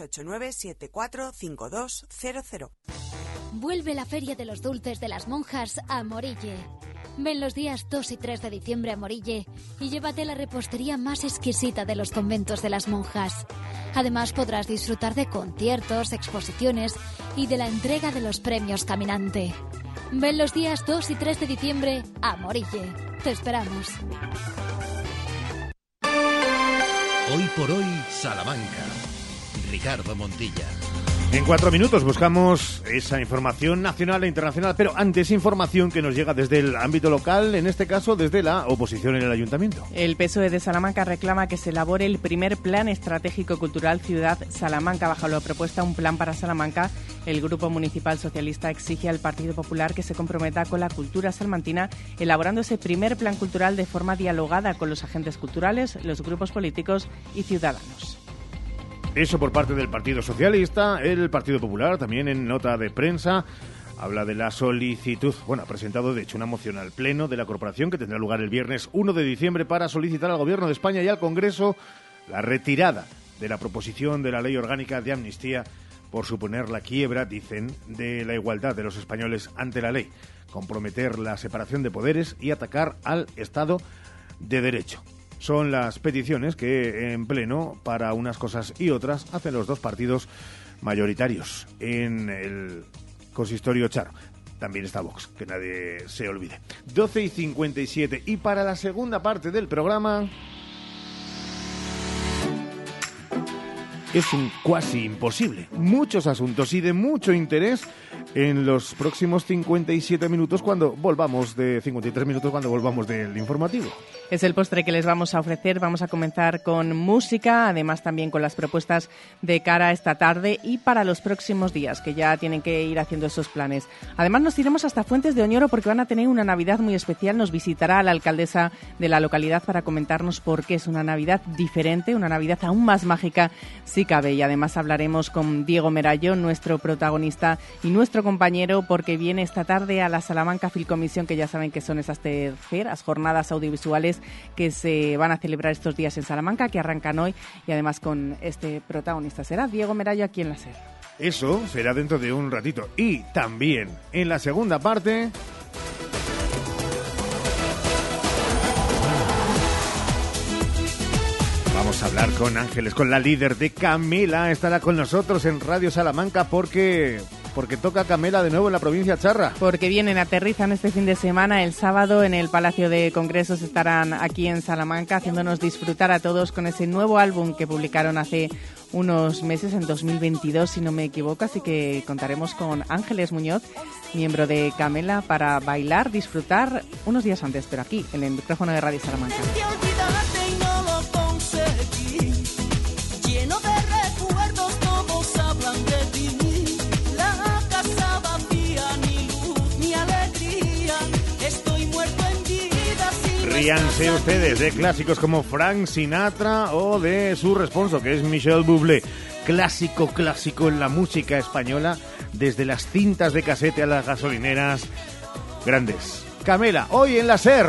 689-745200. Vuelve la Feria de los Dulces de las Monjas a Morille. Ven los días 2 y 3 de diciembre a Morille y llévate la repostería más exquisita de los conventos de las monjas. Además podrás disfrutar de conciertos, exposiciones y de la entrega de los premios Caminante. Ven los días 2 y 3 de diciembre a Morille. Te esperamos. Hoy por hoy, Salamanca. Ricardo Montilla. En 4 minutos buscamos esa información nacional e internacional, pero antes información que nos llega desde el ámbito local, en este caso desde la oposición en el ayuntamiento. El PSOE de Salamanca reclama que se elabore el primer plan estratégico cultural Ciudad Salamanca. Bajo la propuesta Un Plan para Salamanca, el Grupo Municipal Socialista exige al Partido Popular que se comprometa con la cultura salmantina, elaborando ese primer plan cultural de forma dialogada con los agentes culturales, los grupos políticos y ciudadanos. Eso por parte del Partido Socialista. El Partido Popular también en nota de prensa habla de la solicitud. Bueno, ha presentado de hecho una moción al Pleno de la Corporación que tendrá lugar el viernes 1 de diciembre para solicitar al Gobierno de España y al Congreso la retirada de la proposición de la Ley Orgánica de Amnistía por suponer la quiebra, dicen, de la igualdad de los españoles ante la ley, comprometer la separación de poderes y atacar al Estado de Derecho. Son las peticiones que en pleno, para unas cosas y otras, hacen los dos partidos mayoritarios en el consistorio Charo. También está Vox, que nadie se olvide. 12:57. Y para la segunda parte del programa es un cuasi imposible. Muchos asuntos y de mucho interés en los próximos 57 minutos cuando volvamos de 53 minutos cuando volvamos del informativo. Es el postre que les vamos a ofrecer. Vamos a comenzar con música, además también con las propuestas de cara a esta tarde y para los próximos días, que ya tienen que ir haciendo esos planes. Además nos iremos hasta Fuentes de Oñoro porque van a tener una Navidad muy especial. Nos visitará la alcaldesa de la localidad para comentarnos por qué es una Navidad diferente, una Navidad aún más mágica si cabe. Y además hablaremos con Diego Merallo, nuestro protagonista y nuestro compañero, porque viene esta tarde a la Salamanca Film Commission, que ya saben que son esas terceras jornadas audiovisuales que se van a celebrar estos días en Salamanca, que arrancan hoy, y además con este protagonista. Será Diego Merallo aquí en la SER. Eso será dentro de un ratito. Y también en la segunda parte vamos a hablar con Ángeles, con la líder de Camela. Estará con nosotros en Radio Salamanca porque toca Camela de nuevo en la provincia charra. Porque aterrizan este fin de semana. El sábado en el Palacio de Congresos estarán aquí en Salamanca haciéndonos disfrutar a todos con ese nuevo álbum que publicaron hace unos meses, en 2022, si no me equivoco. Así que contaremos con Ángeles Muñoz, miembro de Camela, para bailar, disfrutar unos días antes, pero aquí, en el micrófono de Radio Salamanca. Lleno de recuerdos, todos hablan de ti. La casa vacía, ni luz, ni alegría. Estoy muerto en vida. Ríanse ustedes de clásicos como Frank Sinatra o de su responso, que es Michel Bublé. Clásico en la música española, desde las cintas de casete a las gasolineras. Grandes. Camela, hoy en la SER.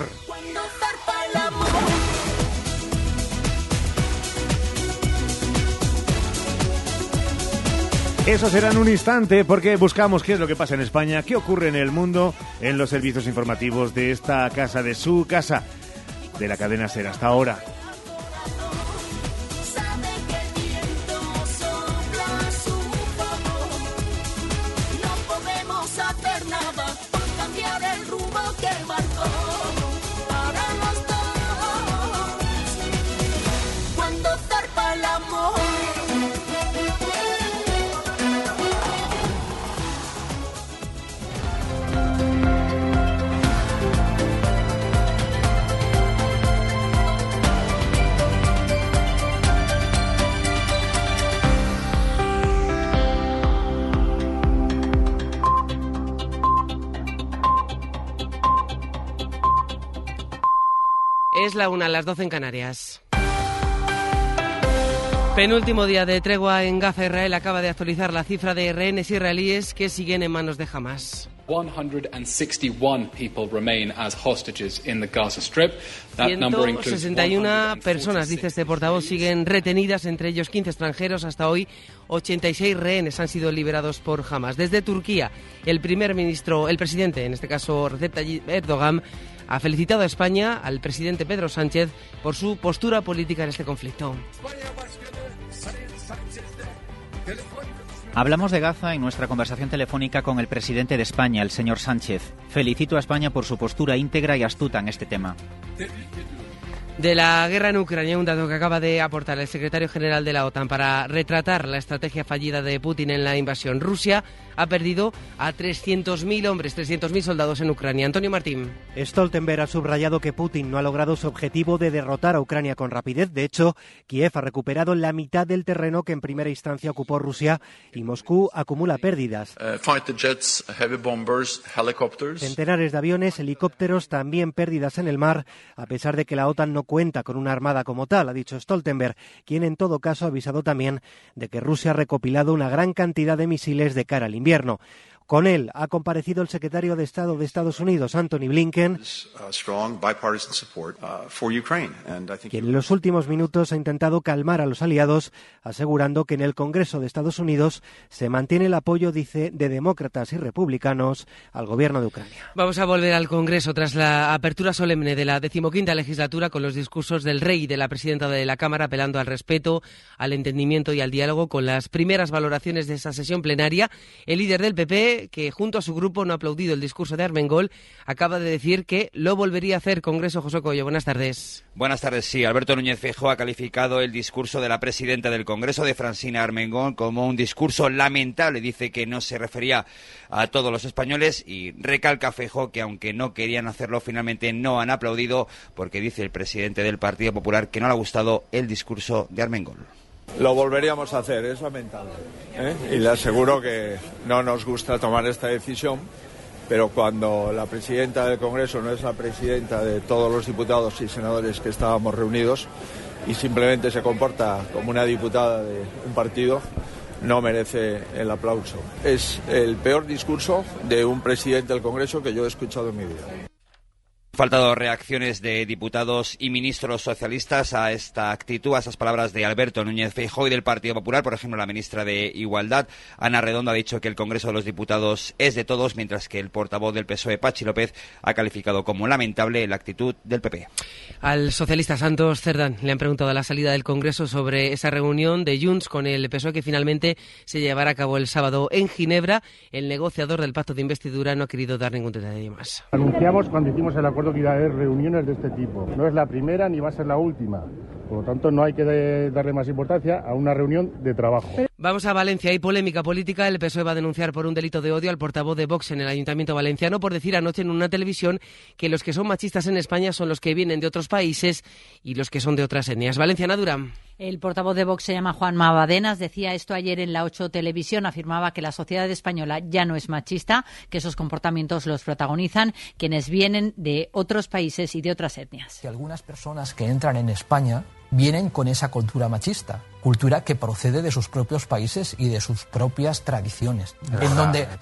Eso será en un instante, porque buscamos qué es lo que pasa en España, qué ocurre en el mundo, en los servicios informativos de esta casa, de su casa, de la cadena SER. Hasta ahora. Es la 1, las 12 en Canarias. Penúltimo día de tregua en Gaza. Israel acaba de actualizar la cifra de rehenes israelíes que siguen en manos de Hamas. 161 people remain as hostages in the Gaza Strip. That number includes 161 personas, dice este portavoz, siguen retenidas, entre ellos 15 extranjeros. Hasta hoy, 86 rehenes han sido liberados por Hamas. Desde Turquía, el presidente, en este caso Recep Tayyip Erdogan, ha felicitado a España, al presidente Pedro Sánchez, por su postura política en este conflicto. Hablamos de Gaza en nuestra conversación telefónica con el presidente de España, el señor Sánchez. Felicito a España por su postura íntegra y astuta en este tema. De la guerra en Ucrania, un dato que acaba de aportar el secretario general de la OTAN para retratar la estrategia fallida de Putin en la invasión. Rusia ha perdido a 300.000 hombres, 300.000 soldados en Ucrania. Antonio Martín. Stoltenberg ha subrayado que Putin no ha logrado su objetivo de derrotar a Ucrania con rapidez. De hecho, Kiev ha recuperado la mitad del terreno que en primera instancia ocupó Rusia y Moscú acumula pérdidas. Fighter jets, heavy bombers, helicopters. Centenares de aviones, helicópteros, también pérdidas en el mar, a pesar de que la OTAN no cuenta con una armada como tal, ha dicho Stoltenberg, quien en todo caso ha avisado también de que Rusia ha recopilado una gran cantidad de misiles de cara al invierno. Con él ha comparecido el secretario de Estado de Estados Unidos, Antony Blinken, quien en los últimos minutos ha intentado calmar a los aliados, asegurando que en el Congreso de Estados Unidos se mantiene el apoyo, dice, de demócratas y republicanos al gobierno de Ucrania. Vamos a volver al Congreso tras la apertura solemne de la 15ª legislatura, con los discursos del rey y de la presidenta de la Cámara apelando al respeto, al entendimiento y al diálogo. Con las primeras valoraciones de esa sesión plenaria, el líder del PP, que junto a su grupo no ha aplaudido el discurso de Armengol, acaba de decir que lo volvería a hacer. Congreso, José Coello, buenas tardes. Buenas tardes, sí. Alberto Núñez Feijóo ha calificado el discurso de la presidenta del Congreso, de Francina Armengol, como un discurso lamentable. Dice que no se refería a todos los españoles y recalca Feijóo que aunque no querían hacerlo, finalmente no han aplaudido, porque dice el presidente del Partido Popular que no le ha gustado el discurso de Armengol. Lo volveríamos a hacer, es lamentable, y le aseguro que no nos gusta tomar esta decisión, pero cuando la presidenta del Congreso no es la presidenta de todos los diputados y senadores que estábamos reunidos y simplemente se comporta como una diputada de un partido, no merece el aplauso. Es el peor discurso de un presidente del Congreso que yo he escuchado en mi vida. Faltado reacciones de diputados y ministros socialistas a esta actitud, a esas palabras de Alberto Núñez Feijóo y del Partido Popular. Por ejemplo, la ministra de Igualdad, Ana Redondo, ha dicho que el Congreso de los Diputados es de todos, mientras que el portavoz del PSOE, Pachi López, ha calificado como lamentable la actitud del PP. Al socialista Santos Cerdán le han preguntado a la salida del Congreso sobre esa reunión de Junts con el PSOE que finalmente se llevará a cabo el sábado en Ginebra. El negociador del pacto de investidura no ha querido dar ningún detalle más. Anunciamos cuando hicimos el acuerdo que iba a haber reuniones de este tipo. No es la primera ni va a ser la última. Por lo tanto, no hay que darle más importancia a una reunión de trabajo. Vamos a Valencia. Hay polémica política. El PSOE va a denunciar por un delito de odio al portavoz de Vox en el Ayuntamiento valenciano por decir anoche en una televisión que los que son machistas en España son los que vienen de otros países y los que son de otras etnias. Valencia, Durán. El portavoz de Vox se llama Juan Mabadenas, decía esto ayer en la 8 Televisión, afirmaba que la sociedad española ya no es machista, que esos comportamientos los protagonizan quienes vienen de otros países y de otras etnias. Que algunas personas que entran en España vienen con esa cultura machista, cultura que procede de sus propios países y de sus propias tradiciones, en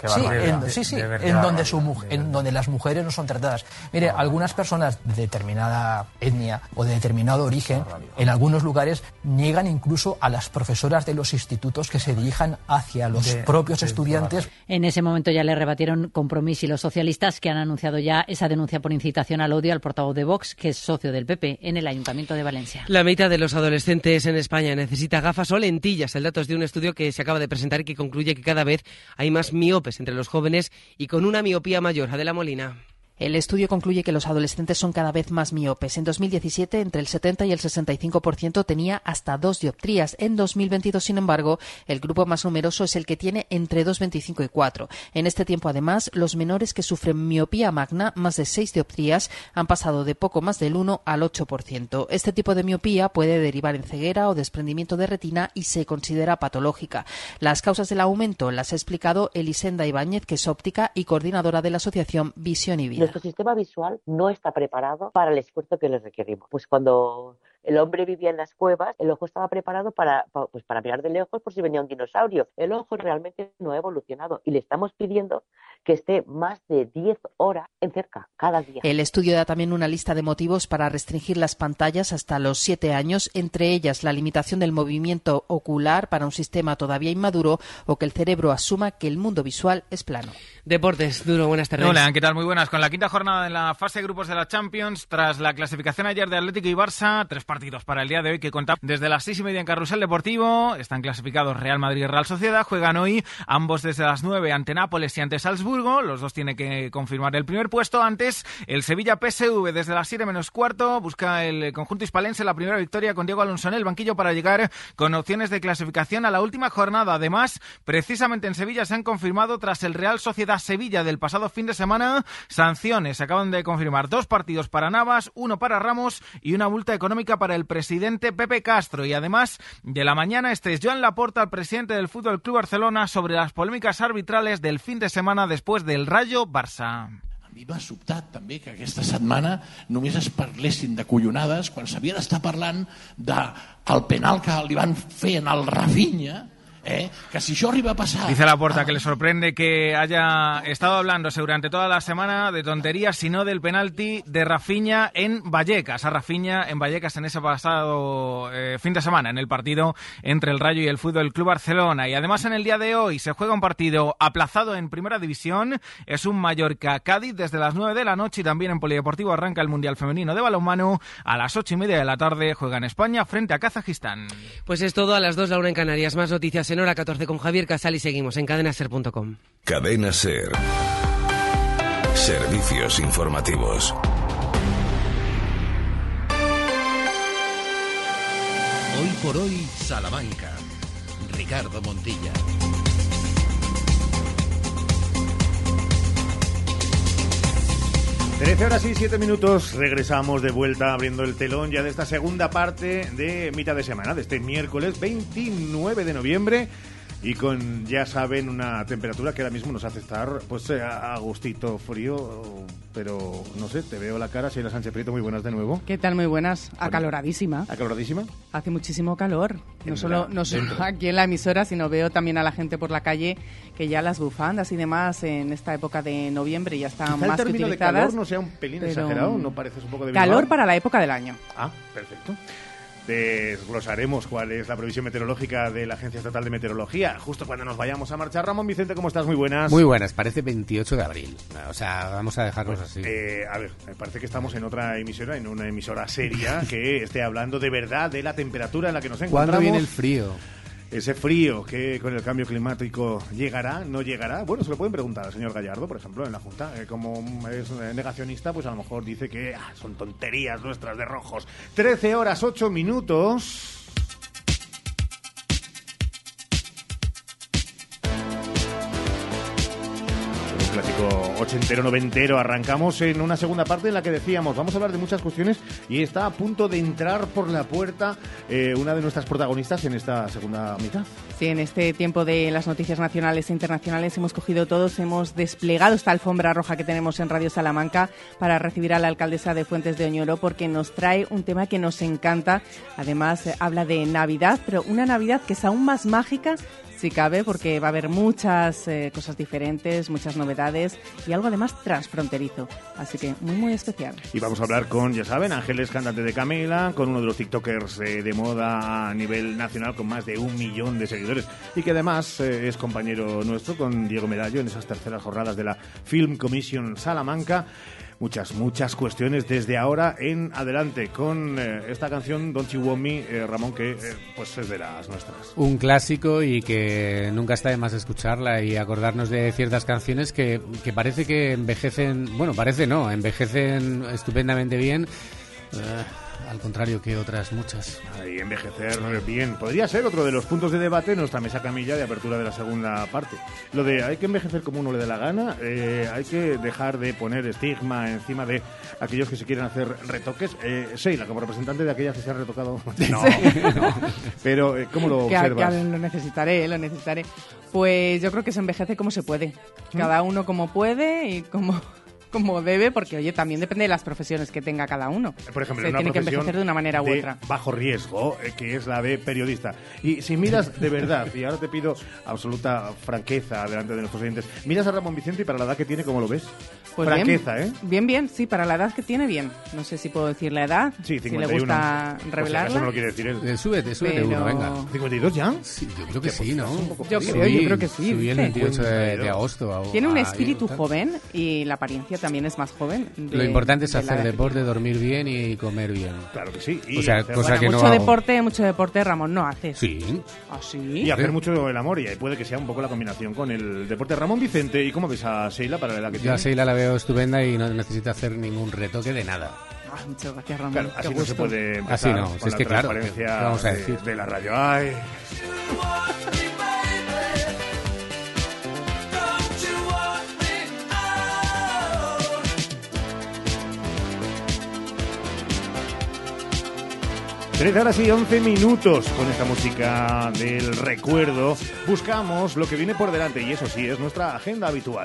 donde las mujeres no son tratadas. Mire, algunas personas de determinada etnia o de determinado origen, en algunos lugares niegan incluso a las profesoras de los institutos que se dirijan hacia los propios estudiantes. En ese momento ya le rebatieron Compromís y los socialistas, que han anunciado ya esa denuncia por incitación al odio al portavoz de Vox, que es socio del PP en el Ayuntamiento de Valencia. La mitad de los adolescentes en España necesita gafas o lentillas. El dato es de un estudio que se acaba de presentar y que concluye que cada vez hay más miopes entre los jóvenes y con una miopía mayor. Adela Molina. El estudio concluye que los adolescentes son cada vez más miopes. En 2017, entre el 70 y el 65% tenía hasta 2 dioptrías. En 2022, sin embargo, el grupo más numeroso es el que tiene entre 2,25 y 4. En este tiempo, además, los menores que sufren miopía magna, más de 6 dioptrías, han pasado de poco más del 1 al 8%. Este tipo de miopía puede derivar en ceguera o desprendimiento de retina y se considera patológica. Las causas del aumento las ha explicado Elisenda Ibáñez, que es óptica y coordinadora de la asociación Visión y Vida. Nuestro sistema visual no está preparado para el esfuerzo que le requerimos. Pues cuando el hombre vivía en las cuevas, el ojo estaba preparado para mirar de lejos por si venía un dinosaurio. El ojo realmente no ha evolucionado y le estamos pidiendo que esté más de 10 horas en cerca cada día. El estudio da también una lista de motivos para restringir las pantallas hasta los 7 años, entre ellas la limitación del movimiento ocular para un sistema todavía inmaduro o que el cerebro asuma que el mundo visual es plano. Deportes, Duro, buenas tardes. Hola, ¿qué tal? Muy buenas. Con la quinta jornada de la fase de grupos de la Champions, tras la clasificación ayer de Atlético y Barça, 3 partidos para el día de hoy que contan desde las 6:30 en Carrusel Deportivo. Están clasificados Real Madrid y Real Sociedad. Juegan hoy ambos desde las 9 ante Nápoles y ante Salzburgo. Los dos tienen que confirmar el primer puesto. Antes, el Sevilla PSV desde las 7 menos cuarto. Busca el conjunto hispalense la primera victoria con Diego Alonso en el banquillo para llegar con opciones de clasificación a la última jornada. Además, precisamente en Sevilla se han confirmado tras el Real Sociedad Sevilla del pasado fin de semana sanciones. Se acaban de confirmar 2 partidos para Navas, 1 para Ramos y una multa económica para el presidente Pepe Castro. Y además de la mañana, este es Joan Laporta, el presidente del Fútbol Club Barcelona, sobre las polémicas arbitrales del fin de semana después del Rayo Barça. A mi m'ha sobtat també que aquesta setmana només es parlessin de collonades quan s'havia d'estar parlant del penal que li van fer al Rafinha. Que si això arriba a pasar... Dice Laporta que le sorprende que haya estado hablándose durante toda la semana de tonterías, sino del penalti de Rafinha en Vallecas. A Rafinha en Vallecas en ese pasado fin de semana, en el partido entre el Rayo y el Fútbol Club Barcelona. Y además en el día de hoy se juega un partido aplazado en Primera División. Es un Mallorca-Cádiz desde las 9 de la noche y también en Polideportivo arranca el Mundial Femenino de Balonmano. A las 8:30 de la tarde juega en España frente a Kazajistán. Pues es todo, a las 2 la 1 en Canarias. Más noticias en hora 14 con Javier Casal y seguimos en cadenaser.com. Cadena Ser. Servicios informativos. Hoy por hoy, Salamanca. Ricardo Montilla. 13 horas y 7 minutos, regresamos de vuelta abriendo el telón ya de esta segunda parte de mitad de semana, de este miércoles 29 de noviembre y con, ya saben, una temperatura que ahora mismo nos hace estar pues a gustito frío, pero no sé, te veo la cara, Sheila Sánchez Prieto, muy buenas de nuevo. ¿Qué tal? Muy buenas, acaloradísima. ¿Acaloradísima? Hace muchísimo calor, no solo aquí en la emisora, sino veo también a la gente por la calle que ya las bufandas y demás en esta época de noviembre ya están quizá más que utilizadas. El término de calor no sea un pelín exagerado, ¿no pareces un poco de calor para la época del año. Ah, perfecto. Desglosaremos cuál es la previsión meteorológica de la Agencia Estatal de Meteorología justo cuando nos vayamos a marchar. Ramón Vicente, ¿cómo estás? Muy buenas. Muy buenas, parece 28 de abril. O sea, vamos a dejarnos así. A ver, me parece que estamos en otra emisora, en una emisora seria que esté hablando de verdad de la temperatura en la que nos encontramos. ¿Cuándo viene el frío? Ese frío que con el cambio climático llegará, no llegará. Bueno, se lo pueden preguntar al señor Gallardo, por ejemplo, en la Junta. Como es negacionista, pues a lo mejor dice que son tonterías nuestras de rojos. 13 horas, 8 minutos... Clásico ochentero, noventero. Arrancamos en una segunda parte en la que decíamos, vamos a hablar de muchas cuestiones y está a punto de entrar por la puerta una de nuestras protagonistas en esta segunda mitad. Sí, en este tiempo de las noticias nacionales e internacionales hemos cogido todos, hemos desplegado esta alfombra roja que tenemos en Radio Salamanca para recibir a la alcaldesa de Fuentes de Oñoro porque nos trae un tema que nos encanta. Además, habla de Navidad, pero una Navidad que es aún más mágica si cabe, porque va a haber muchas cosas diferentes, muchas novedades y algo además transfronterizo. Así que muy, muy especial. Y vamos a hablar con, ya saben, Ángeles, cantante de Camela, con uno de los tiktokers de moda a nivel nacional con más de 1 millón de seguidores y que además es compañero nuestro con Diego Medallo en esas terceras jornadas de la Film Commission Salamanca. Muchas cuestiones desde ahora en adelante con esta canción Don't You Want Me, Ramón, que pues es de las nuestras. Un clásico y que nunca está de más escucharla y acordarnos de ciertas canciones que parece que envejecen, bueno, parece no, envejecen estupendamente bien. Al contrario que otras muchas. Y envejecer bien. Podría ser otro de los puntos de debate en nuestra mesa camilla de apertura de la segunda parte. Lo de hay que envejecer como uno le dé la gana, hay que dejar de poner estigma encima de aquellos que se quieren hacer retoques. Sheila, como representante de aquellas que se han retocado. No. Pero, ¿cómo lo observas? Lo necesitaré. Pues yo creo que se envejece como se puede. Cada uno como puede y como como debe, porque oye, también depende de las profesiones que tenga cada uno. Por ejemplo, se una tiene que profesión envejecer de una manera u de otra. bajo riesgo, que es la de periodista. Y si miras de verdad, y ahora te pido absoluta franqueza delante de nuestros oyentes, miras a Ramón Vicente y para la edad que tiene, ¿cómo lo ves? Pues franqueza, bien, bien, sí, para la edad que tiene, bien. No sé si puedo decir la edad, sí, 51. Si le gusta revelarla. Eso no lo quiere decir él. Súbete pero... uno, venga. ¿52 ya? Sí, yo creo que sí, ¿no? Yo creo que sí. Subí el 28 de agosto. Tiene un espíritu joven y la apariencia también es más joven. Lo importante es hacer deporte, dormir bien y comer bien. Claro que sí. Y o sea, cosa que mucho deporte, Ramón, no haces. Sí. ¿Ah, sí? Y hacer mucho el amor, y puede que sea un poco la combinación con el deporte. Ramón Vicente, ¿y cómo ves a Sheila para la edad que tiene? Yo a Sheila la veo estupenda y no necesita hacer ningún retoque de nada. Muchas gracias, Ramón. Claro, así no se puede empezar así no, con es que la claro, transparencia vamos a decir. de la radio. Ay. Horas y 11 minutos con esta música del recuerdo. Buscamos lo que viene por delante y eso sí, es nuestra agenda habitual.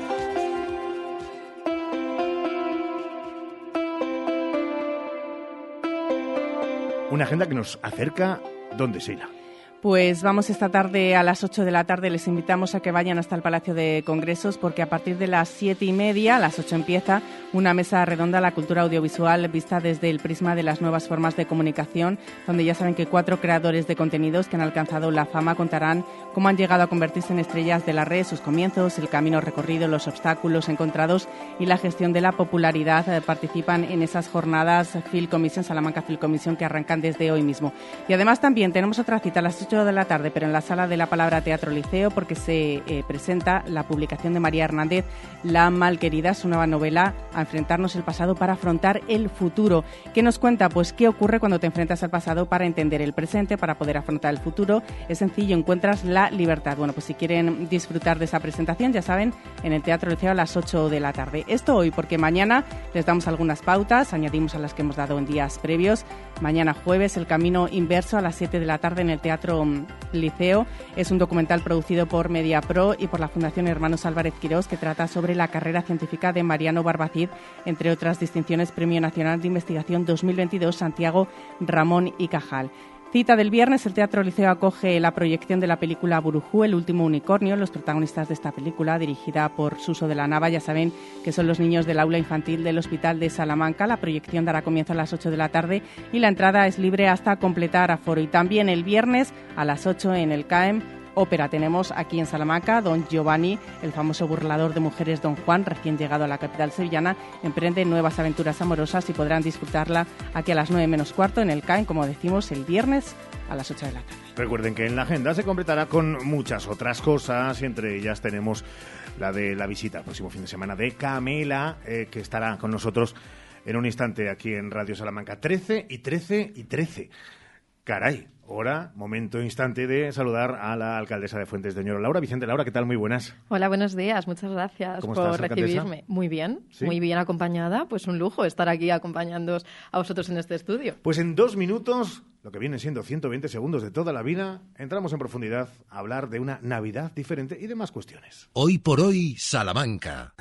Una agenda que nos acerca, ¿dónde, Sheila? Pues vamos esta tarde a las 8 de la tarde. Les invitamos a que vayan hasta el Palacio de Congresos porque a partir de las 7:30, a las 8 empieza una mesa redonda a la cultura audiovisual vista desde el prisma de las nuevas formas de comunicación, donde ya saben que 4 creadores de contenidos que han alcanzado la fama contarán cómo han llegado a convertirse en estrellas de la red, sus comienzos, el camino recorrido, los obstáculos encontrados y la gestión de la popularidad. Participan en esas jornadas Film Commission, Salamanca Film Commission, que arrancan desde hoy mismo. Y además también tenemos otra cita a las 8 de la tarde, pero en la Sala de la Palabra Teatro Liceo, porque se presenta la publicación de María Hernández, La Malquerida, su nueva novela, A enfrentarnos el pasado para afrontar el futuro. ¿Qué nos cuenta? Pues qué ocurre cuando te enfrentas al pasado para entender el presente, para poder afrontar el futuro. Es sencillo, encuentras la libertad. Bueno, pues si quieren disfrutar de esa presentación, ya saben, en el Teatro Liceo a las 8 de la tarde. Esto hoy, porque mañana les damos algunas pautas, añadimos a las que hemos dado en días previos. Mañana jueves, El Camino Inverso a las 7 de la tarde en el Teatro Liceo. Es un documental producido por Mediapro y por la Fundación Hermanos Álvarez Quirós, que trata sobre la carrera científica de Mariano Barbacid, entre otras distinciones, Premio Nacional de Investigación 2022 Santiago Ramón y Cajal. Cita del viernes, el Teatro Liceo acoge la proyección de la película Burujú, el último unicornio. Los protagonistas de esta película, dirigida por Suso de la Nava, ya saben que son los niños del aula infantil del Hospital de Salamanca. La proyección dará comienzo a las 8 de la tarde y la entrada es libre hasta completar aforo. Y también el viernes a las 8 en el CAEM Ópera. Tenemos aquí en Salamanca Don Giovanni, el famoso burlador de mujeres Don Juan, recién llegado a la capital sevillana, emprende nuevas aventuras amorosas y podrán disfrutarla aquí a las 9 menos cuarto en el CAEM, como decimos, el viernes a las 8 de la tarde. Recuerden que en la agenda se completará con muchas otras cosas y entre ellas tenemos la de la visita el próximo fin de semana de Camela, que estará con nosotros en un instante aquí en Radio Salamanca. 13 y 13 y 13. Caray, hora, momento, instante de saludar a la alcaldesa de Fuentes de Oñoro, Laura Vicente. Laura, ¿qué tal? Muy buenas. Hola, buenos días. Muchas gracias por recibirme. Muy bien, ¿sí? Muy bien acompañada. Pues un lujo estar aquí acompañándoos a vosotros en este estudio. Pues en 2 minutos, lo que vienen siendo 120 segundos de toda la vida, entramos en profundidad a hablar de una Navidad diferente y demás cuestiones. Hoy por hoy, Salamanca.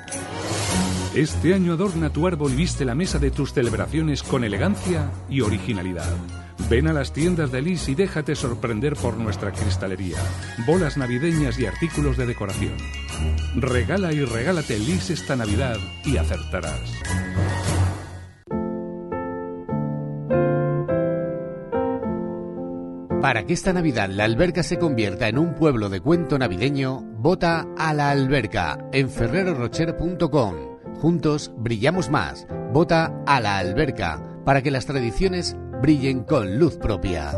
Este año adorna tu árbol y viste la mesa de tus celebraciones con elegancia y originalidad. Ven a las tiendas de Lis y déjate sorprender por nuestra cristalería, bolas navideñas y artículos de decoración. Regala y regálate Lis esta Navidad y acertarás. Para que esta Navidad la Alberca se convierta en un pueblo de cuento navideño, vota a la Alberca en ferrerorocher.com. Juntos brillamos más. Vota a la Alberca para que las tradiciones brillen con luz propia.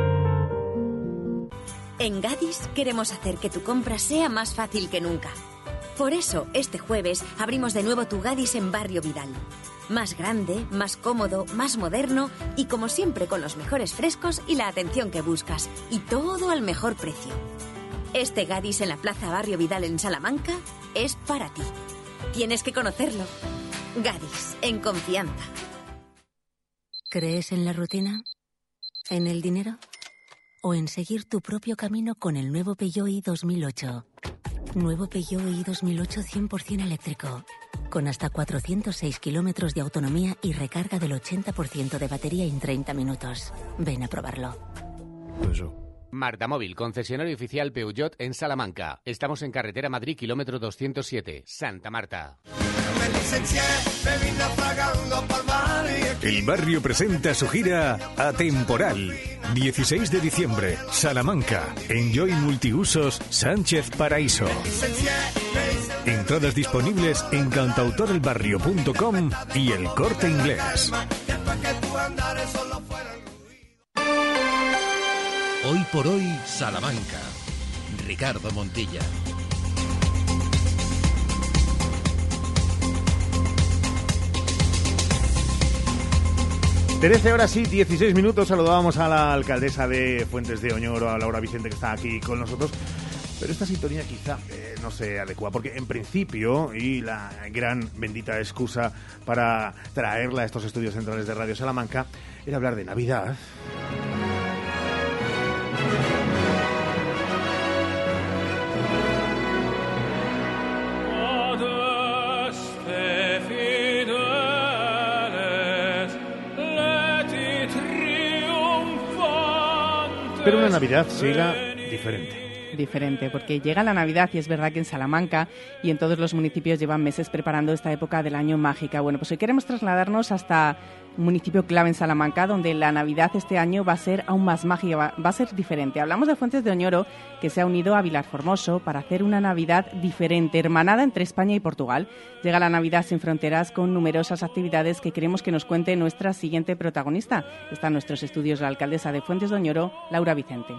En Gadis queremos hacer que tu compra sea más fácil que nunca. Por eso, este jueves abrimos de nuevo tu Gadis en Barrio Vidal. Más grande, más cómodo, más moderno y como siempre con los mejores frescos y la atención que buscas. Y todo al mejor precio. Este Gadis en la Plaza Barrio Vidal en Salamanca es para ti. Tienes que conocerlo. Gadis, en confianza. ¿Crees en la rutina? ¿En el dinero? ¿O en seguir tu propio camino con el nuevo Peugeot i 2008? Nuevo Peugeot i 2008 100% eléctrico. con hasta 406 kilómetros de autonomía y recarga del 80% de batería en 30 minutos. Ven a probarlo. Marta Móvil, concesionario oficial Peugeot en Salamanca. Estamos en carretera Madrid, kilómetro 207, Santa Marta. El barrio presenta su gira Atemporal. 16 de diciembre, Salamanca. Enjoy Multiusos Sánchez Paraíso. Entradas disponibles en cantautorelbarrio.com y El Corte Inglés. Hoy por hoy, Salamanca. Ricardo Montilla. 13 horas y 16 minutos. Saludábamos a la alcaldesa de Fuentes de Oñoro, a Laura Vicente, que está aquí con nosotros. Pero esta sintonía quizá no se adecua, porque en principio, y la gran bendita excusa para traerla a estos estudios centrales de Radio Salamanca, era hablar de Navidad. Pero una Navidad, Sheila, diferente, porque llega la Navidad y es verdad que en Salamanca y en todos los municipios llevan meses preparando esta época del año mágica. Bueno, pues hoy queremos trasladarnos hasta un municipio clave en Salamanca, donde la Navidad este año va a ser aún más mágica, va a ser diferente. Hablamos de Fuentes de Oñoro, que se ha unido a Vilarformoso para hacer una Navidad diferente, hermanada entre España y Portugal. Llega la Navidad sin fronteras con numerosas actividades que queremos que nos cuente nuestra siguiente protagonista. Está en nuestros estudios la alcaldesa de Fuentes de Oñoro, Laura Vicente.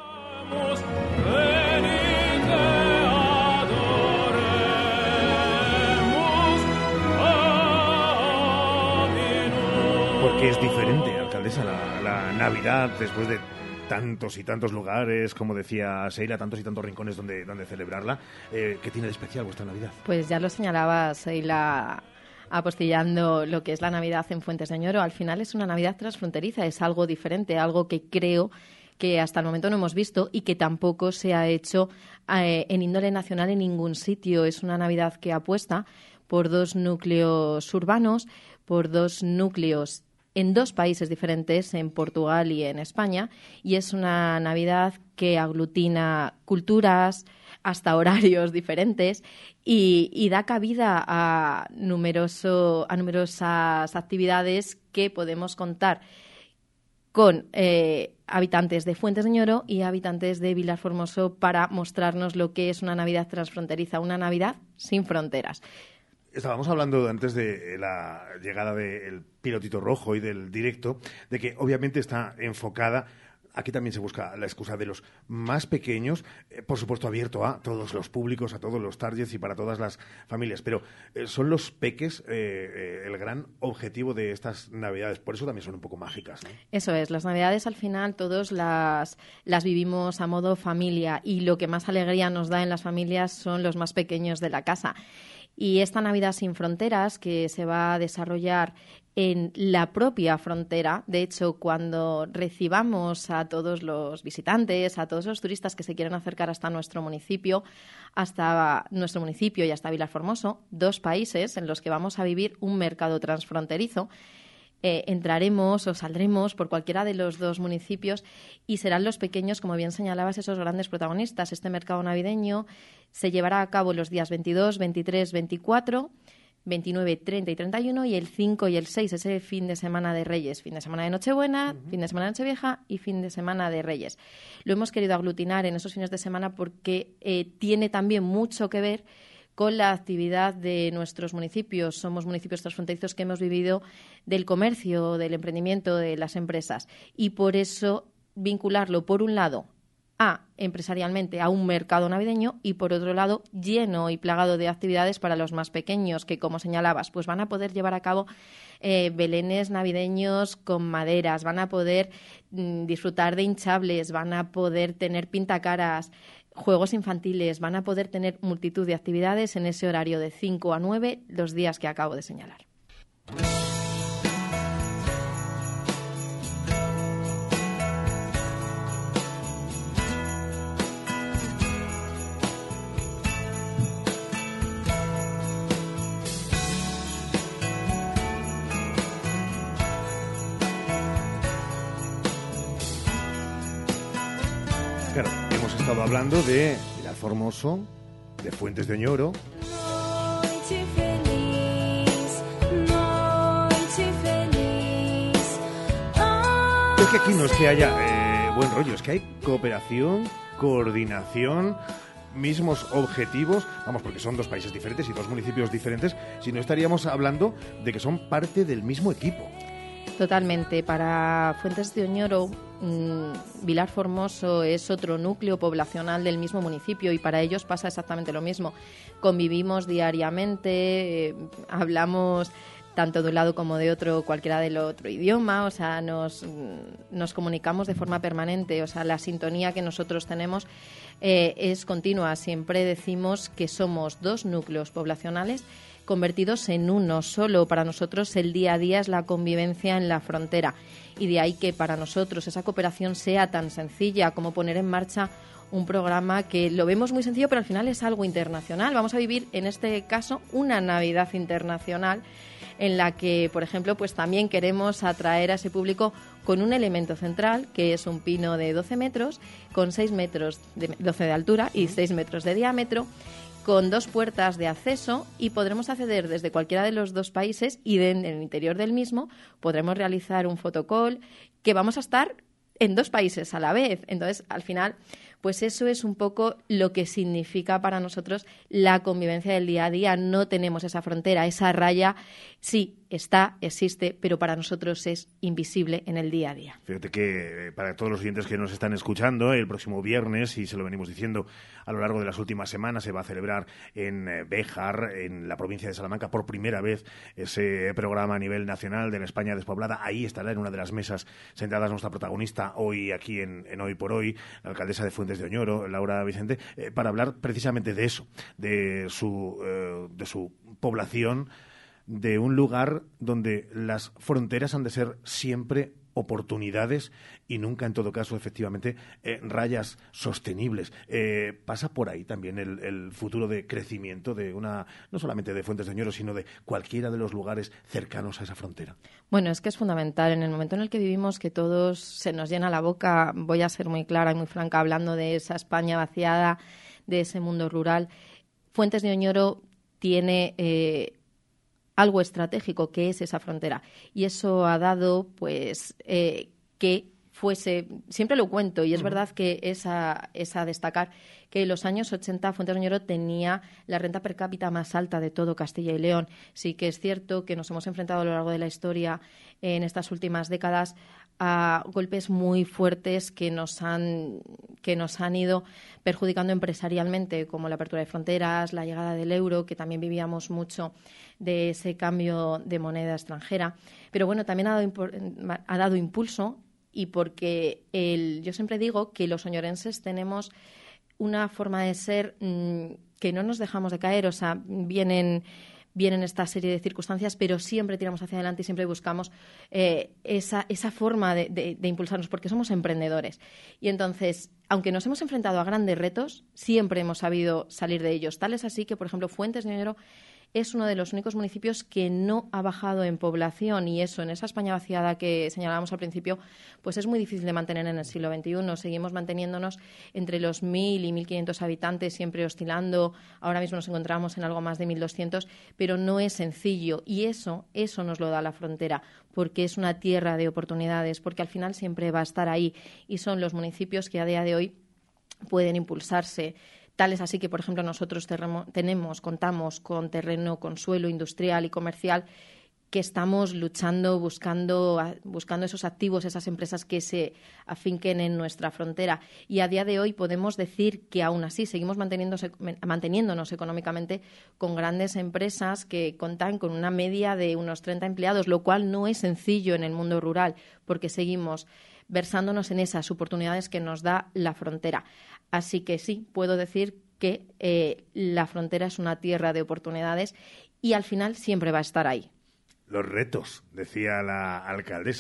Porque es diferente, alcaldesa, la Navidad, después de tantos y tantos lugares, como decía Sheila, tantos y tantos rincones donde celebrarla. ¿Qué tiene de especial vuestra Navidad? Pues ya lo señalaba Sheila, apostillando lo que es la Navidad en Fuentes de Oñoro. Al final es una Navidad transfronteriza, es algo diferente, algo que creo que hasta el momento no hemos visto y que tampoco se ha hecho en índole nacional en ningún sitio. Es una Navidad que apuesta por dos núcleos urbanos, por dos núcleos en dos países diferentes, en Portugal y en España, y es una Navidad que aglutina culturas, hasta horarios diferentes, y da cabida a numerosas actividades que podemos contar con habitantes de Fuentes de Oñoro y habitantes de Vilarformoso para mostrarnos lo que es una Navidad transfronteriza, una Navidad sin fronteras. Estábamos hablando antes de la llegada del pilotito rojo y del directo, de que obviamente está enfocada. Aquí también se busca la excusa de los más pequeños, por supuesto abierto a todos los públicos, a todos los targets y para todas las familias. Pero son los peques el gran objetivo de estas Navidades. Por eso también son un poco mágicas, ¿no? Eso es. Las Navidades al final todos las vivimos a modo familia y lo que más alegría nos da en las familias son los más pequeños de la casa. Y esta Navidad sin fronteras que se va a desarrollar en la propia frontera, de hecho, cuando recibamos a todos los visitantes, a todos los turistas que se quieran acercar hasta nuestro municipio y hasta Vilarformoso, dos países en los que vamos a vivir un mercado transfronterizo, entraremos o saldremos por cualquiera de los dos municipios y serán los pequeños, como bien señalabas, esos grandes protagonistas. Este mercado navideño se llevará a cabo los días 22, 23, 24, 29, 30 y 31 y el 5 y el 6 es el fin de semana de Reyes, fin de semana de Nochebuena, fin de semana de Nochevieja y fin de semana de Reyes. Lo hemos querido aglutinar en esos fines de semana porque tiene también mucho que ver con la actividad de nuestros municipios. Somos municipios transfronterizos que hemos vivido del comercio, del emprendimiento, de las empresas. Y por eso vincularlo, por un lado, empresarialmente a un mercado navideño y, por otro lado, lleno y plagado de actividades para los más pequeños que, como señalabas, pues van a poder llevar a cabo belenes navideños con maderas, van a poder disfrutar de hinchables, van a poder tener pintacaras, juegos infantiles, van a poder tener multitud de actividades en ese horario de 5 a 9, los días que acabo de señalar. Claro, hemos estado hablando de Vilar Formoso, de Fuentes de Oñoro. Es que aquí no es que haya buen rollo, es que hay cooperación, coordinación, mismos objetivos, vamos, porque son dos países diferentes y dos municipios diferentes, si no estaríamos hablando de que son parte del mismo equipo. Totalmente. Para Fuentes de Oñoro, Vilar Formoso es otro núcleo poblacional del mismo municipio y para ellos pasa exactamente lo mismo. Convivimos diariamente, hablamos tanto de un lado como de otro, cualquiera del otro idioma, o sea, nos comunicamos de forma permanente, o sea, la sintonía que nosotros tenemos es continua. Siempre decimos que somos dos núcleos poblacionales convertidos en uno solo. Para nosotros el día a día es la convivencia en la frontera y de ahí que para nosotros esa cooperación sea tan sencilla como poner en marcha un programa que lo vemos muy sencillo, pero al final es algo internacional. Vamos a vivir, en este caso, una Navidad internacional en la que, por ejemplo, pues también queremos atraer a ese público con un elemento central, que es un pino de 12 metros, con 6 metros de 12 de altura y 6 metros de diámetro, con 2 puertas de acceso y podremos acceder desde cualquiera de los dos países y en el interior del mismo podremos realizar un photocall que vamos a estar en 2 países a la vez. Entonces, al final, pues eso es un poco lo que significa para nosotros la convivencia del día a día. No tenemos esa frontera, esa raya, sí, existe, pero para nosotros es invisible en el día a día. Fíjate que para todos los oyentes que nos están escuchando, el próximo viernes, y se lo venimos diciendo a lo largo de las últimas semanas, se va a celebrar en Béjar, en la provincia de Salamanca, por primera vez ese programa a nivel nacional de la España despoblada. Ahí estará en una de las mesas sentadas nuestra protagonista hoy aquí en Hoy por Hoy, la alcaldesa de Fuentes de Oñoro, Laura Vicente, para hablar precisamente de eso, de su población, de un lugar donde las fronteras han de ser siempre oportunidades y nunca, en todo caso, efectivamente, rayas sostenibles. Pasa por ahí también el futuro de crecimiento de no solamente de Fuentes de Oñoro, sino de cualquiera de los lugares cercanos a esa frontera. Bueno, es que es fundamental. En el momento en el que vivimos, que todos se nos llena la boca, voy a ser muy clara y muy franca, hablando de esa España vaciada, de ese mundo rural, Fuentes de Oñoro tiene algo estratégico, que es esa frontera. Y eso ha dado, pues, que fuese, siempre lo cuento, y es verdad que es a destacar, que en los años 80 Fuentes de Oñoro tenía la renta per cápita más alta de todo Castilla y León. Sí que es cierto que nos hemos enfrentado a lo largo de la historia en estas últimas décadas a golpes muy fuertes que nos han ido perjudicando empresarialmente, como la apertura de fronteras, la llegada del euro, que también vivíamos mucho de ese cambio de moneda extranjera. Pero bueno, también ha dado impulso, y porque yo siempre digo que los oñorenses tenemos una forma de ser que no nos dejamos de caer, o sea, vienen esta serie de circunstancias, pero siempre tiramos hacia adelante y siempre buscamos esa forma de impulsarnos, porque somos emprendedores. Y entonces, aunque nos hemos enfrentado a grandes retos, siempre hemos sabido salir de ellos. Tal es así que, por ejemplo, Fuentes de Oñoro es uno de los únicos municipios que no ha bajado en población, y eso, en esa España vaciada que señalábamos al principio, pues es muy difícil de mantener en el siglo XXI. Seguimos manteniéndonos entre los 1.000 y 1.500 habitantes, siempre oscilando. Ahora mismo nos encontramos en algo más de 1.200, pero no es sencillo, y eso nos lo da la frontera, porque es una tierra de oportunidades, porque al final siempre va a estar ahí, y son los municipios que a día de hoy pueden impulsarse. Tal es así que, por ejemplo, nosotros contamos con terreno, con suelo industrial y comercial, que estamos luchando, buscando esos activos, esas empresas que se afinquen en nuestra frontera. Y a día de hoy podemos decir que aún así seguimos manteniéndonos económicamente con grandes empresas que cuentan con una media de unos 30 empleados, lo cual no es sencillo en el mundo rural, porque seguimos versándonos en esas oportunidades que nos da la frontera. Así que sí, puedo decir que la frontera es una tierra de oportunidades y al final siempre va a estar ahí. Los retos, decía la alcaldesa.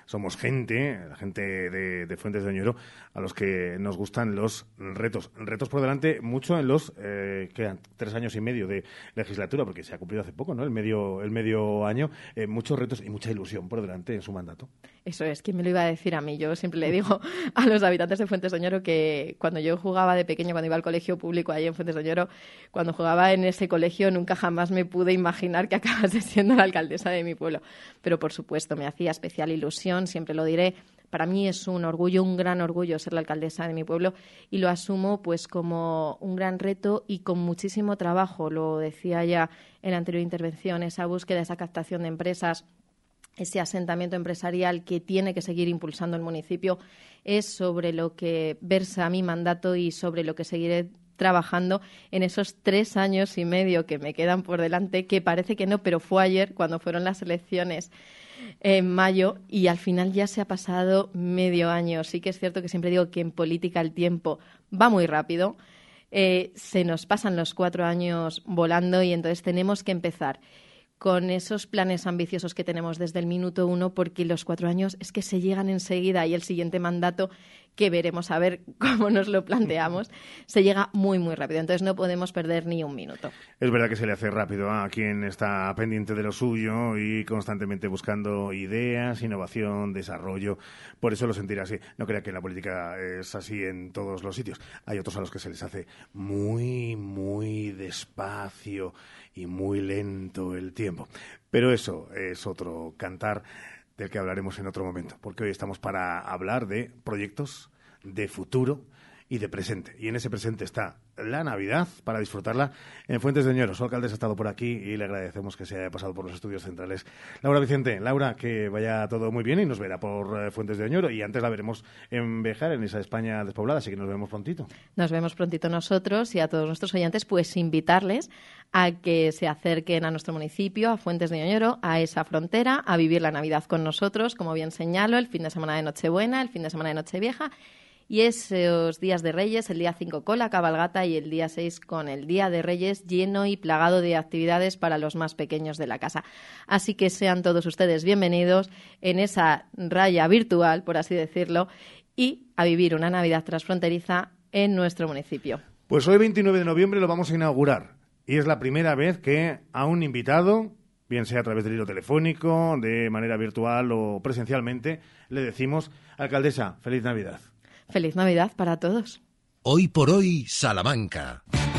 somos la gente de Fuentes de Oñoro, a los que nos gustan los retos. Retos por delante, mucho en los quedan 3 años y medio de legislatura, porque se ha cumplido hace poco, ¿no? El medio año. Muchos retos y mucha ilusión por delante en su mandato. Eso es, ¿quién me lo iba a decir a mí? Yo siempre le digo a los habitantes de Fuentes de Oñoro que cuando yo jugaba de pequeño, cuando iba al colegio público allí en Fuentes de Oñoro, cuando jugaba en ese colegio nunca jamás me pude imaginar que acabase siendo la alcaldesa de mi pueblo. Pero por supuesto me hacía especial ilusión, siempre lo diré. Para mí es un orgullo, un gran orgullo ser la alcaldesa de mi pueblo y lo asumo pues como un gran reto y con muchísimo trabajo. Lo decía ya en la anterior intervención, esa búsqueda, esa captación de empresas, ese asentamiento empresarial que tiene que seguir impulsando el municipio es sobre lo que versa mi mandato y sobre lo que seguiré trabajando en esos 3 años y medio que me quedan por delante, que parece que no, pero fue ayer cuando fueron las elecciones en mayo y al final ya se ha pasado medio año. Sí que es cierto que siempre digo que en política el tiempo va muy rápido, se nos pasan los 4 años volando y entonces tenemos que empezar con esos planes ambiciosos que tenemos desde el minuto 1, porque los 4 años es que se llegan enseguida y el siguiente mandato, que veremos a ver cómo nos lo planteamos, se llega muy, muy rápido. Entonces no podemos perder ni un minuto. Es verdad que se le hace rápido a quien está pendiente de lo suyo y constantemente buscando ideas, innovación, desarrollo. Por eso lo sentirá así. No crea que la política es así en todos los sitios. Hay otros a los que se les hace muy, muy despacio y muy lento el tiempo. Pero eso es otro cantar del que hablaremos en otro momento, porque hoy estamos para hablar de proyectos, de futuro y de presente. Y en ese presente está la Navidad, para disfrutarla en Fuentes de Oñoro. Su alcaldesa ha estado por aquí y le agradecemos que se haya pasado por los estudios centrales. Laura Vicente, Laura, que vaya todo muy bien y nos verá por Fuentes de Oñoro. Y antes la veremos en Béjar, en esa España despoblada, así que nos vemos prontito. Nos vemos prontito nosotros y a todos nuestros oyentes, pues invitarles a que se acerquen a nuestro municipio, a Fuentes de Oñoro, a esa frontera, a vivir la Navidad con nosotros, como bien señalo, el fin de semana de Nochebuena, el fin de semana de Nochevieja, y esos días de Reyes, el día 5 con la cabalgata y el día 6 con el Día de Reyes, lleno y plagado de actividades para los más pequeños de la casa. Así que sean todos ustedes bienvenidos en esa raya virtual, por así decirlo, y a vivir una Navidad transfronteriza en nuestro municipio. Pues hoy, 29 de noviembre, lo vamos a inaugurar. Y es la primera vez que a un invitado, bien sea a través del hilo telefónico, de manera virtual o presencialmente, le decimos: alcaldesa, feliz Navidad. Feliz Navidad para todos. Hoy por hoy, Salamanca.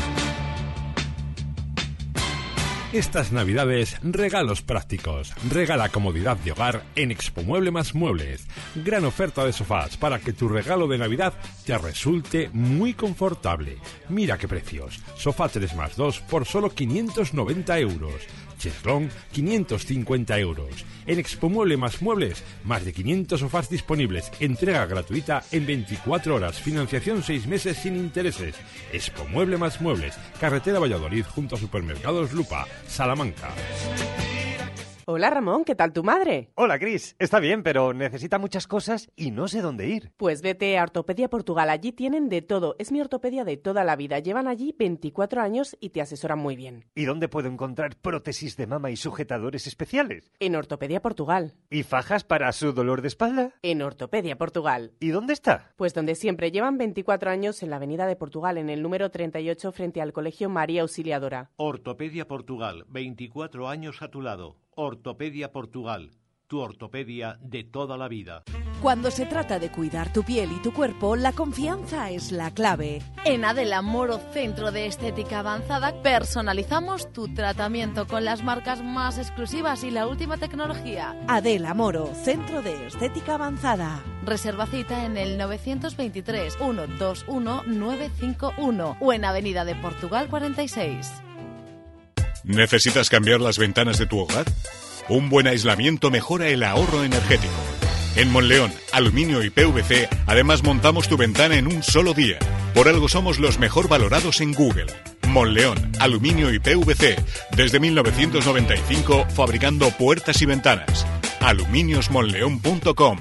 Estas Navidades, regalos prácticos. Regala comodidad de hogar en Expomueble más Muebles. Gran oferta de sofás para que tu regalo de Navidad te resulte muy confortable. Mira qué precios. Sofá 3+2 por solo 590 euros. Cheslón, 550 euros. En Expomueble más Muebles, más de 500 sofás disponibles. Entrega gratuita en 24 horas. Financiación 6 meses sin intereses. Expomueble más Muebles. Carretera Valladolid junto a Supermercados Lupa, Salamanca. Hola Ramón, ¿qué tal tu madre? Hola Cris, está bien, pero necesita muchas cosas y no sé dónde ir. Pues vete a Ortopedia Portugal, allí tienen de todo, es mi ortopedia de toda la vida, llevan allí 24 años y te asesoran muy bien. ¿Y dónde puedo encontrar prótesis de mama y sujetadores especiales? En Ortopedia Portugal. ¿Y fajas para su dolor de espalda? En Ortopedia Portugal. ¿Y dónde está? Pues donde siempre, llevan 24 años en la Avenida de Portugal, en el número 38 frente al Colegio María Auxiliadora. Ortopedia Portugal, 24 años a tu lado. Ortopedia Portugal, tu ortopedia de toda la vida. Cuando se trata de cuidar tu piel y tu cuerpo, la confianza es la clave. En Adela Moro Centro de Estética Avanzada personalizamos tu tratamiento con las marcas más exclusivas y la última tecnología. Adela Moro, Centro de Estética Avanzada. Reserva cita en el 923 121 951 o en Avenida de Portugal 46. ¿Necesitas cambiar las ventanas de tu hogar? Un buen aislamiento mejora el ahorro energético. En Monleón, Aluminio y PVC, además montamos tu ventana en un solo día. Por algo somos los mejor valorados en Google. Monleón, Aluminio y PVC, desde 1995 fabricando puertas y ventanas. aluminiosmonleón.com.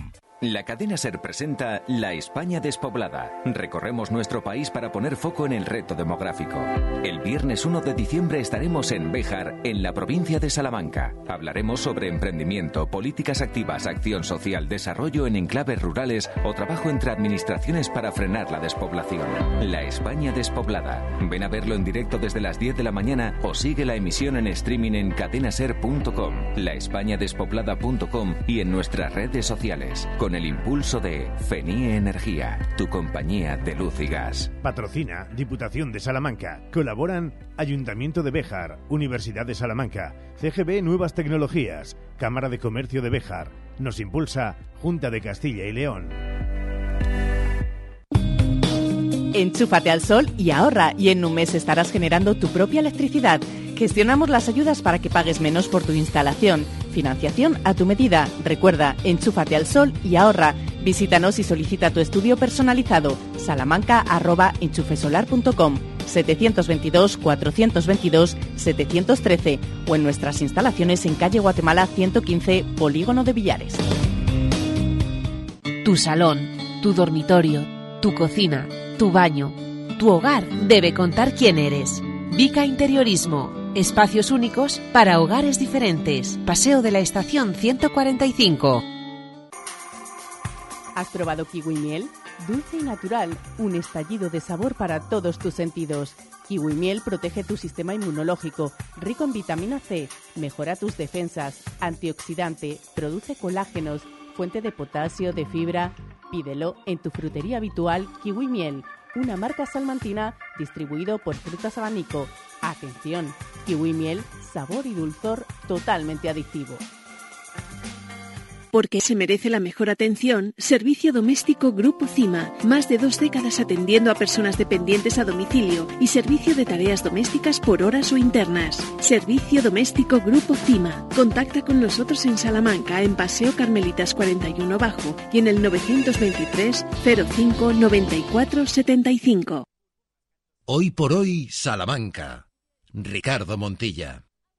La cadena SER presenta La España despoblada. Recorremos nuestro país para poner foco en el reto demográfico. El viernes 1 de diciembre estaremos en Béjar, en la provincia de Salamanca. Hablaremos sobre emprendimiento, políticas activas, acción social, desarrollo en enclaves rurales o trabajo entre administraciones para frenar la despoblación. La España despoblada. Ven a verlo en directo desde las 10 de la mañana o sigue la emisión en streaming en cadenaser.com, laespañadespoblada.com y en nuestras redes sociales. Con el impulso de FENIE Energía, tu compañía de luz y gas. Patrocina Diputación de Salamanca. Colaboran Ayuntamiento de Béjar, Universidad de Salamanca, CGB Nuevas Tecnologías, Cámara de Comercio de Béjar. Nos impulsa Junta de Castilla y León. Enchúfate al sol y ahorra, y en un mes estarás generando tu propia electricidad. Gestionamos las ayudas para que pagues menos por tu instalación. Financiación a tu medida. Recuerda, enchúfate al sol y ahorra. Visítanos y solicita tu estudio personalizado. salamanca@enchufesolar.com, 722-422-713 o en nuestras instalaciones en calle Guatemala 115, Polígono de Villares. Tu salón, tu dormitorio, tu cocina, tu baño, tu hogar debe contar quién eres. Vica Interiorismo. Espacios únicos para hogares diferentes. Paseo de la Estación 145. ¿Has probado kiwi miel? Dulce y natural, un estallido de sabor para todos tus sentidos. Kiwi miel protege tu sistema inmunológico, rico en vitamina C, mejora tus defensas, antioxidante, produce colágenos, fuente de potasio, de fibra. Pídelo en tu frutería habitual Kiwi Miel, una marca salmantina distribuido por Frutas Abanico. Atención, Kiwi Miel, sabor y dulzor totalmente adictivo. Porque se merece la mejor atención, Servicio Doméstico Grupo CIMA. Más de 2 décadas atendiendo a personas dependientes a domicilio y servicio de tareas domésticas por horas o internas. Servicio Doméstico Grupo CIMA. Contacta con nosotros en Salamanca, en Paseo Carmelitas 41 Bajo y en el 923 05 94 75. Hoy por hoy, Salamanca. Ricardo Montilla.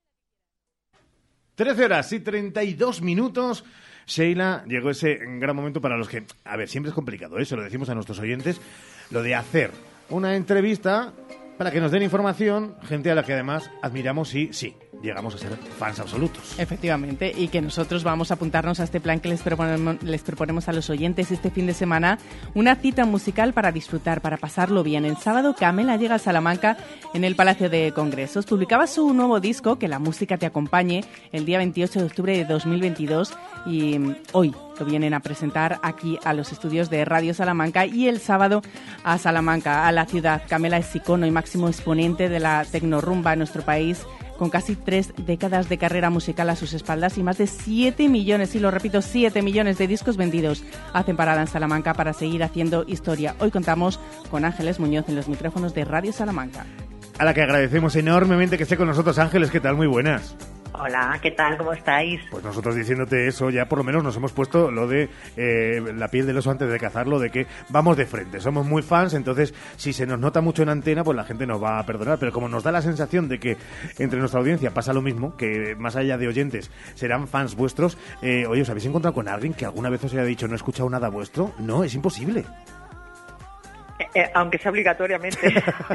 13 horas y 32 minutos. Sheila, llegó ese gran momento para los que, a ver, siempre es complicado, se lo decimos a nuestros oyentes, lo de hacer una entrevista para que nos den información, gente a la que además admiramos y sí, llegamos a ser fans absolutos. Efectivamente, y que nosotros vamos a apuntarnos a este plan que les proponemos a los oyentes este fin de semana, una cita musical para disfrutar, para pasarlo bien. El sábado Camela llega a Salamanca en el Palacio de Congresos. Publicaba su nuevo disco, Que la música te acompañe, el día 28 de octubre de 2022 y hoy lo vienen a presentar aquí a los estudios de Radio Salamanca y el sábado a Salamanca, a la ciudad. Camela es icono y máximo exponente de la tecnorrumba en nuestro país, con casi 3 décadas de carrera musical a sus espaldas y más de 7 millones, y lo repito, 7 millones de discos vendidos. Hacen parada en Salamanca para seguir haciendo historia. Hoy contamos con Ángeles Muñoz en los micrófonos de Radio Salamanca. A la que agradecemos enormemente que esté con nosotros. Ángeles, ¿qué tal? Muy buenas. Hola, ¿qué tal? ¿Cómo estáis? Pues nosotros diciéndote eso, ya por lo menos nos hemos puesto lo de la piel del oso antes de cazarlo, de que vamos de frente, somos muy fans, entonces si se nos nota mucho en antena, pues la gente nos va a perdonar, pero como nos da la sensación de que entre nuestra audiencia pasa lo mismo, que más allá de oyentes serán fans vuestros, oye, ¿os habéis encontrado con alguien que alguna vez os haya dicho no he escuchado nada vuestro? No, es imposible. Aunque sea obligatoriamente.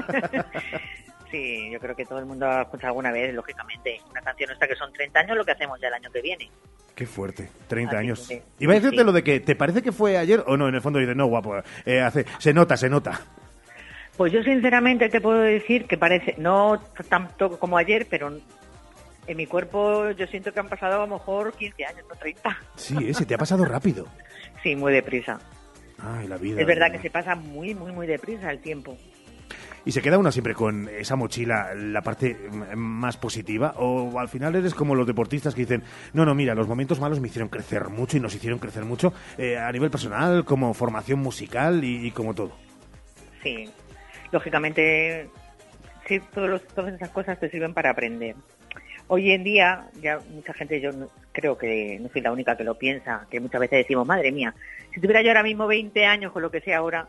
Sí, yo creo que todo el mundo ha escuchado alguna vez, lógicamente, una canción nuestra que son 30 años, lo que hacemos ya el año que viene. Qué fuerte, 30 Así años. que, Iba a decirte sí. lo de que, ¿te parece que fue ayer? O no, en el fondo dices, no, guapo, se nota. Pues yo sinceramente te puedo decir que parece, no tanto como ayer, pero en mi cuerpo yo siento que han pasado a lo mejor 15 años, no 30. Sí, se te ha pasado rápido. Sí, muy deprisa. Ay, la vida. Es verdad que se pasa muy, muy, muy deprisa el tiempo. ¿Y se queda uno siempre con esa mochila, la parte más positiva? ¿O al final eres como los deportistas que dicen, no, mira, los momentos malos me hicieron crecer mucho y nos hicieron crecer mucho a nivel personal, como formación musical y como todo? Sí, lógicamente, sí, todas esas cosas te sirven para aprender. Hoy en día, ya mucha gente, yo creo que no soy la única que lo piensa, que muchas veces decimos, madre mía, si tuviera yo ahora mismo 20 años con lo que sé ahora...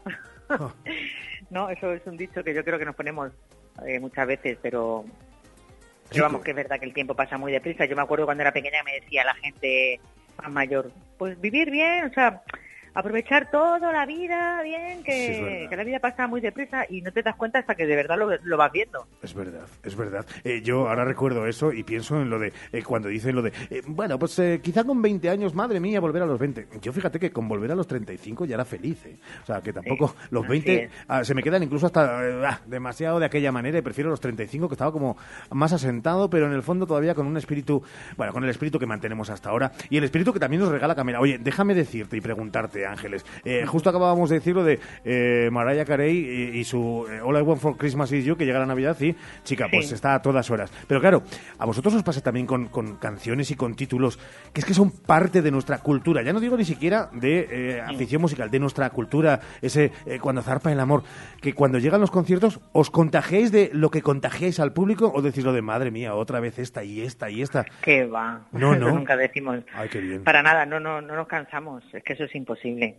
No, eso es un dicho que yo creo que nos ponemos muchas veces, pero vamos, que es verdad que el tiempo pasa muy deprisa. Yo me acuerdo cuando era pequeña me decía la gente más mayor, pues vivir bien, o sea, aprovechar toda la vida bien, que la vida pasa muy deprisa y no te das cuenta hasta que de verdad lo vas viendo. Es verdad, es verdad. Yo ahora recuerdo eso y pienso en lo de cuando dicen lo de bueno, pues quizá con 20 años, madre mía, volver a los 20. Yo fíjate que con volver a los 35 ya era feliz, O sea, que tampoco los 20 se me quedan incluso hasta demasiado de aquella manera y prefiero los 35, que estaba como más asentado, pero en el fondo todavía con un espíritu, bueno, con el espíritu que mantenemos hasta ahora y el espíritu que también nos regala Camila. Oye, déjame decirte y preguntarte, Ángeles, justo acabábamos de decirlo de Mariah Carey y su All I Want for Christmas Is You, que llega la Navidad y, chica, pues está a todas horas. Pero claro, a vosotros os pasa también con canciones y con títulos que es que son parte de nuestra cultura. Ya no digo ni siquiera de afición musical, de nuestra cultura, ese cuando zarpa el amor, que cuando llegan los conciertos os contagiáis de lo que contagiáis al público o decís lo de madre mía, otra vez esta y esta y esta. ¿Qué va? No, eso nunca decimos. Ay, qué bien. Para nada, no nos cansamos, es que eso es imposible.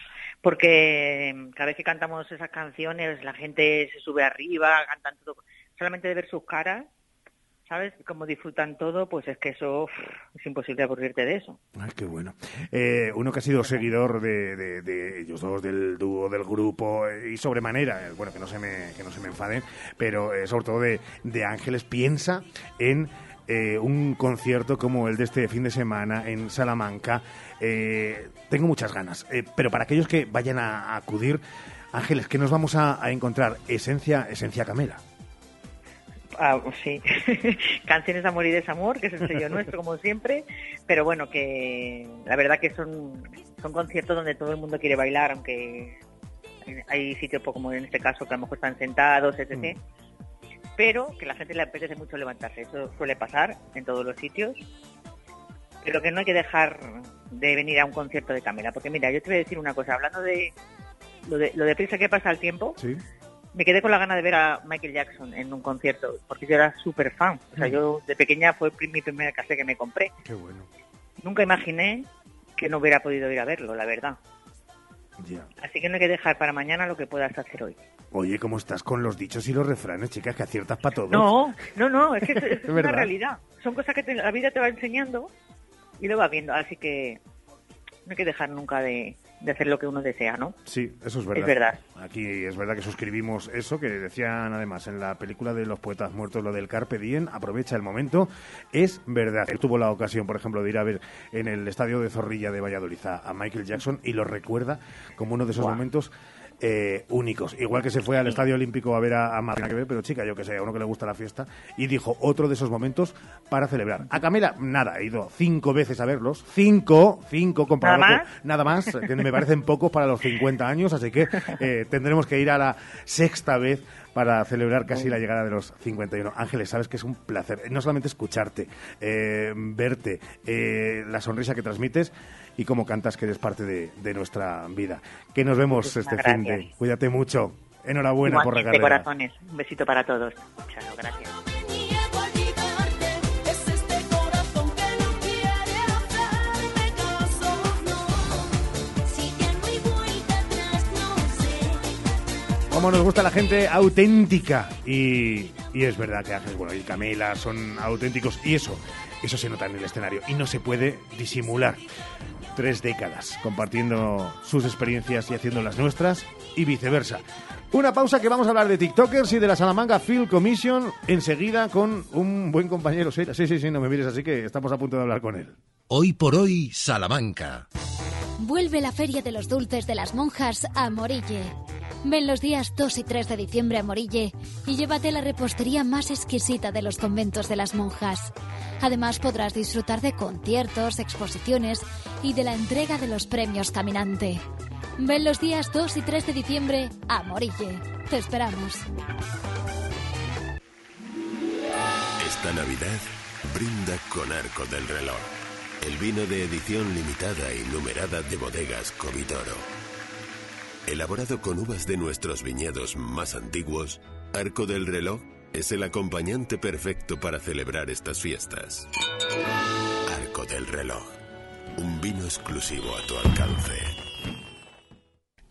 Porque cada vez que cantamos esas canciones la gente se sube arriba, cantan todo, solamente de ver sus caras, ¿sabes? Cómo disfrutan todo, pues es que eso es imposible aburrirte de eso. Ay, qué bueno. Uno que ha sido seguidor de ellos dos, del dúo, del grupo, y sobremanera, bueno, que no se me enfaden, pero sobre todo de Ángeles, piensa en un concierto como el de este fin de semana en Salamanca. Tengo muchas ganas, pero para aquellos que vayan a acudir, Ángeles, ¿qué nos vamos a encontrar? Esencia Camela. Sí, canciones de amor y desamor, que es el sello nuestro como siempre, pero bueno, que la verdad que son conciertos donde todo el mundo quiere bailar, aunque hay sitios como en este caso que a lo mejor están sentados, etc. Pero que a la gente le apetece mucho levantarse, eso suele pasar en todos los sitios, pero que no hay que dejar de venir a un concierto de Camela, porque mira, yo te voy a decir una cosa, hablando de lo deprisa que pasa el tiempo. Sí. Me quedé con la gana de ver a Michael Jackson en un concierto, porque yo era súper fan. O sea, yo de pequeña fue mi primer cassette que me compré. Qué bueno. Nunca imaginé que no hubiera podido ir a verlo, la verdad. Ya. Así que no hay que dejar para mañana lo que puedas hacer hoy. Oye, ¿cómo estás con los dichos y los refranes, chicas, que aciertas para todo? No, es que es una realidad. Son cosas que la vida te va enseñando y lo vas viendo. Así que no hay que dejar nunca de hacer lo que uno desea, ¿no? Sí, eso es verdad. Es verdad. Aquí es verdad que suscribimos eso, que decían además en la película de los poetas muertos, lo del Carpe Diem, aprovecha el momento, es verdad. Él tuvo la ocasión, por ejemplo, de ir a ver en el estadio de Zorrilla de Valladolid a Michael Jackson y lo recuerda como uno de esos momentos únicos. Igual que se fue al Estadio Olímpico a ver a Marina, pero chica, yo que sé, a uno que le gusta la fiesta, y dijo otro de esos momentos para celebrar. A Camela, nada, he ido 5 veces a verlos, 5 comparado nada más, que me parecen pocos para los 50 años, así que tendremos que ir a la 6ª vez para celebrar casi la llegada de los 51. Ángeles, sabes que es un placer, no solamente escucharte, verte, la sonrisa que transmites y cómo cantas, que eres parte de nuestra vida. Que nos vemos este fin de... Cuídate mucho. Enhorabuena por la carrera. Corazones. Un besito para todos. Chao, gracias. Cómo nos gusta la gente auténtica. Y es verdad que Ángeles, bueno, y Camila son auténticos. Y eso se nota en el escenario. Y no se puede disimular. 3 décadas compartiendo sus experiencias y haciendo las nuestras y viceversa. Una pausa, que vamos a hablar de TikTokers y de la Salamanca Film Commission enseguida con un buen compañero. Sí, no me mires así, que estamos a punto de hablar con él. Hoy por hoy, Salamanca. Vuelve la Feria de los Dulces de las Monjas a Morille. Ven los días 2 y 3 de diciembre a Morille y llévate la repostería más exquisita de los conventos de las monjas. Además podrás disfrutar de conciertos, exposiciones y de la entrega de los premios Caminante. Ven los días 2 y 3 de diciembre a Morille. Te esperamos. Esta Navidad brinda con Arco del Reloj, el vino de edición limitada y numerada de bodegas Covitoro. Elaborado con uvas de nuestros viñedos más antiguos, Arco del Reloj es el acompañante perfecto para celebrar estas fiestas. Arco del Reloj, un vino exclusivo a tu alcance.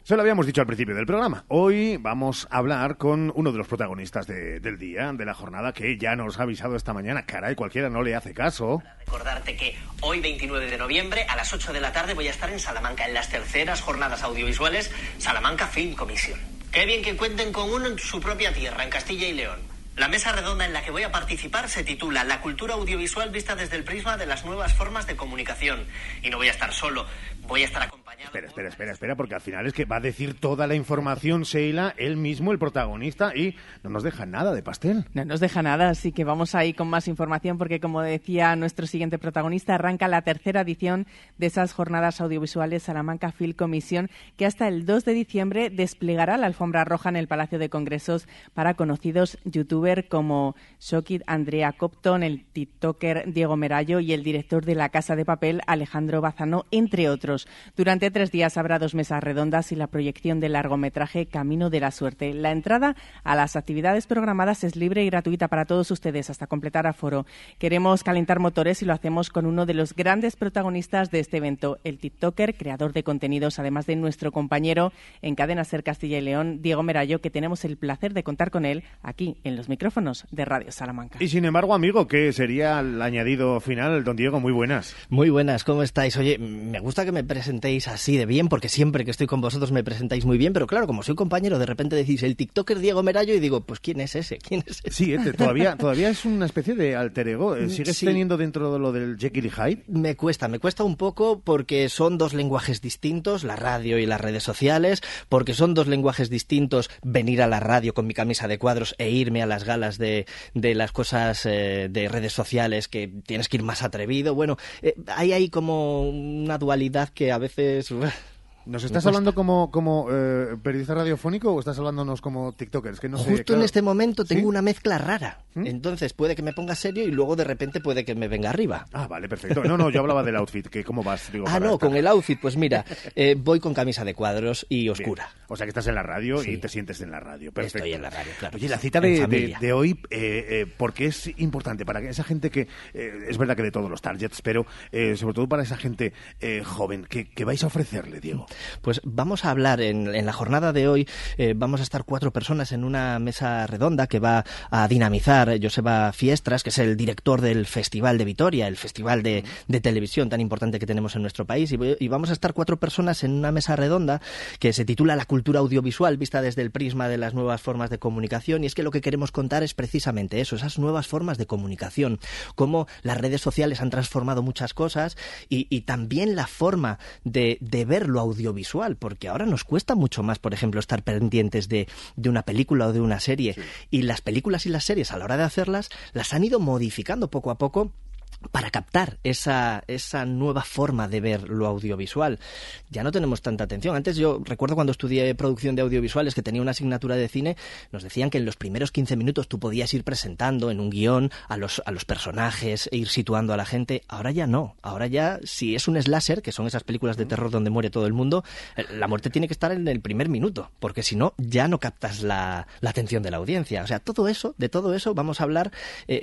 Se lo habíamos dicho al principio del programa. Hoy vamos a hablar con uno de los protagonistas del día, de la jornada, que ya nos ha avisado esta mañana. Caray, cualquiera no le hace caso. Recordarte que hoy, 29 de noviembre, a las 8 de la tarde, voy a estar en Salamanca, en las terceras jornadas audiovisuales Salamanca Film Commission. Qué bien que cuenten con uno en su propia tierra, en Castilla y León. La mesa redonda en la que voy a participar se titula La cultura audiovisual vista desde el prisma de las nuevas formas de comunicación. Y no voy a estar solo, voy a estar acompañado... Espera, porque al final es que va a decir toda la información Sheila, él mismo, el protagonista, y no nos deja nada de pastel. No nos deja nada, así que vamos ahí con más información, porque como decía nuestro siguiente protagonista, arranca la tercera edición de esas jornadas audiovisuales Salamanca Film Commission, que hasta el 2 de diciembre desplegará la alfombra roja en el Palacio de Congresos para conocidos youtubers como Shokit Andrea Copton, el tiktoker Diego Merayo y el director de La Casa de Papel, Alejandro Bazano, entre otros. Durante 3 días habrá 2 mesas redondas y la proyección del largometraje Camino de la Suerte. La entrada a las actividades programadas es libre y gratuita para todos ustedes hasta completar aforo. Queremos calentar motores y lo hacemos con uno de los grandes protagonistas de este evento, el tiktoker, creador de contenidos, además de nuestro compañero en Cadena SER Castilla y León, Diego Merayo, que tenemos el placer de contar con él aquí en los micrófonos de Radio Salamanca. Y sin embargo, amigo, ¿qué sería el añadido final? Don Diego, muy buenas. Muy buenas, ¿cómo estáis? Oye, me gusta que me presentéis así de bien, porque siempre que estoy con vosotros me presentáis muy bien, pero claro, como soy compañero, de repente decís el tiktoker Diego Merayo y digo, pues ¿quién es ese? Sí, todavía es una especie de alter ego. ¿Sigues teniendo dentro de lo del Jekyll y Hyde? Me cuesta un poco porque son 2 lenguajes distintos, la radio y las redes sociales, porque son 2 lenguajes distintos venir a la radio con mi camisa de cuadros e irme a las galas de las cosas de redes sociales, que tienes que ir más atrevido. Bueno, hay como una dualidad que a veces... ¿Nos estás hablando como periodista radiofónico o estás hablándonos como tiktokers? Que no sé, Justo claro. En este momento tengo ¿Sí? una mezcla rara. Entonces puede que me ponga serio y luego de repente puede que me venga arriba. Ah, vale, perfecto. No, yo hablaba del outfit, que ¿cómo vas? Digo, Con el outfit, pues mira, voy con camisa de cuadros y oscura. Bien. O sea que estás en la radio Sí. y te sientes en la radio. Perfecto. Estoy en la radio, claro. Oye, la cita de hoy, ¿por qué es importante? Para que esa gente que, es verdad que de todos los targets, pero sobre todo para esa gente joven, ¿qué vais a ofrecerle, Diego? Pues vamos a hablar en la jornada de hoy, vamos a estar 4 personas en una mesa redonda que va a dinamizar Joseba Fiestras, que es el director del Festival de Vitoria, el festival de televisión tan importante que tenemos en nuestro país, y vamos a estar 4 personas en una mesa redonda que se titula La cultura audiovisual vista desde el prisma de las nuevas formas de comunicación, y es que lo que queremos contar es precisamente eso, esas nuevas formas de comunicación, cómo las redes sociales han transformado muchas cosas y también la forma de ver lo audiovisual, porque ahora nos cuesta mucho más, por ejemplo, estar pendientes de una película o de una serie, y las películas y las series a la hora de hacerlas las han ido modificando poco a poco para captar esa nueva forma de ver lo audiovisual. Ya no tenemos tanta atención. Antes yo recuerdo cuando estudié producción de audiovisuales, que tenía una asignatura de cine, nos decían que en los primeros 15 minutos tú podías ir presentando en un guión a los personajes e ir situando a la gente. Ahora ya no. Ahora ya, si es un slasher, que son esas películas de terror donde muere todo el mundo, la muerte tiene que estar en el primer minuto, porque si no, ya no captas la atención de la audiencia. O sea, de todo eso vamos a hablar,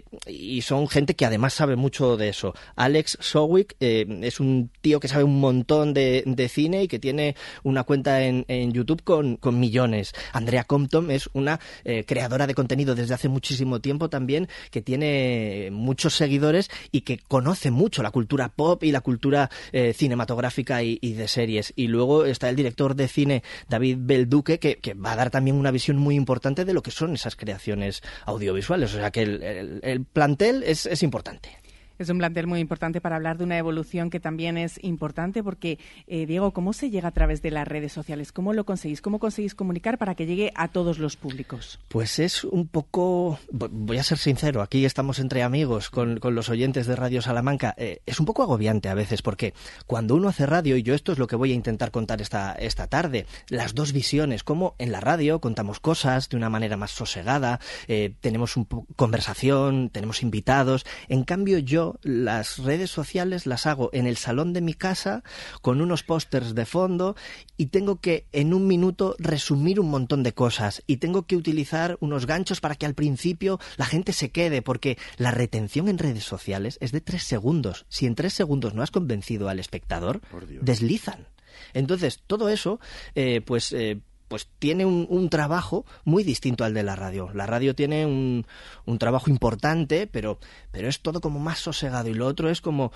y son gente que además sabe mucho de eso. Alex Sowick es un tío que sabe un montón de cine y que tiene una cuenta en YouTube con millones. Andrea Compton es una creadora de contenido desde hace muchísimo tiempo también, que tiene muchos seguidores y que conoce mucho la cultura pop y la cultura cinematográfica y de series. Y luego está el director de cine David Belduque, que va a dar también una visión muy importante de lo que son esas creaciones audiovisuales. O sea que el plantel es importante. Es un plantel muy importante para hablar de una evolución que también es importante porque, Diego, ¿cómo se llega a través de las redes sociales? ¿Cómo lo conseguís? ¿Cómo conseguís comunicar para que llegue a todos los públicos? Pues es un poco, voy a ser sincero, aquí estamos entre amigos con los oyentes de Radio Salamanca, es un poco agobiante a veces porque cuando uno hace radio, y yo esto es lo que voy a intentar contar esta tarde, las 2 visiones, como en la radio contamos cosas de una manera más sosegada, tenemos conversación, tenemos invitados, en cambio yo las redes sociales las hago en el salón de mi casa con unos pósters de fondo y tengo que en un minuto resumir un montón de cosas y tengo que utilizar unos ganchos para que al principio la gente se quede, porque la retención en redes sociales es de 3 segundos. Si en 3 segundos no has convencido al espectador, deslizan. Entonces, todo eso, pues tiene un trabajo muy distinto al de la radio. La radio tiene un trabajo importante, pero es todo como más sosegado, y lo otro es como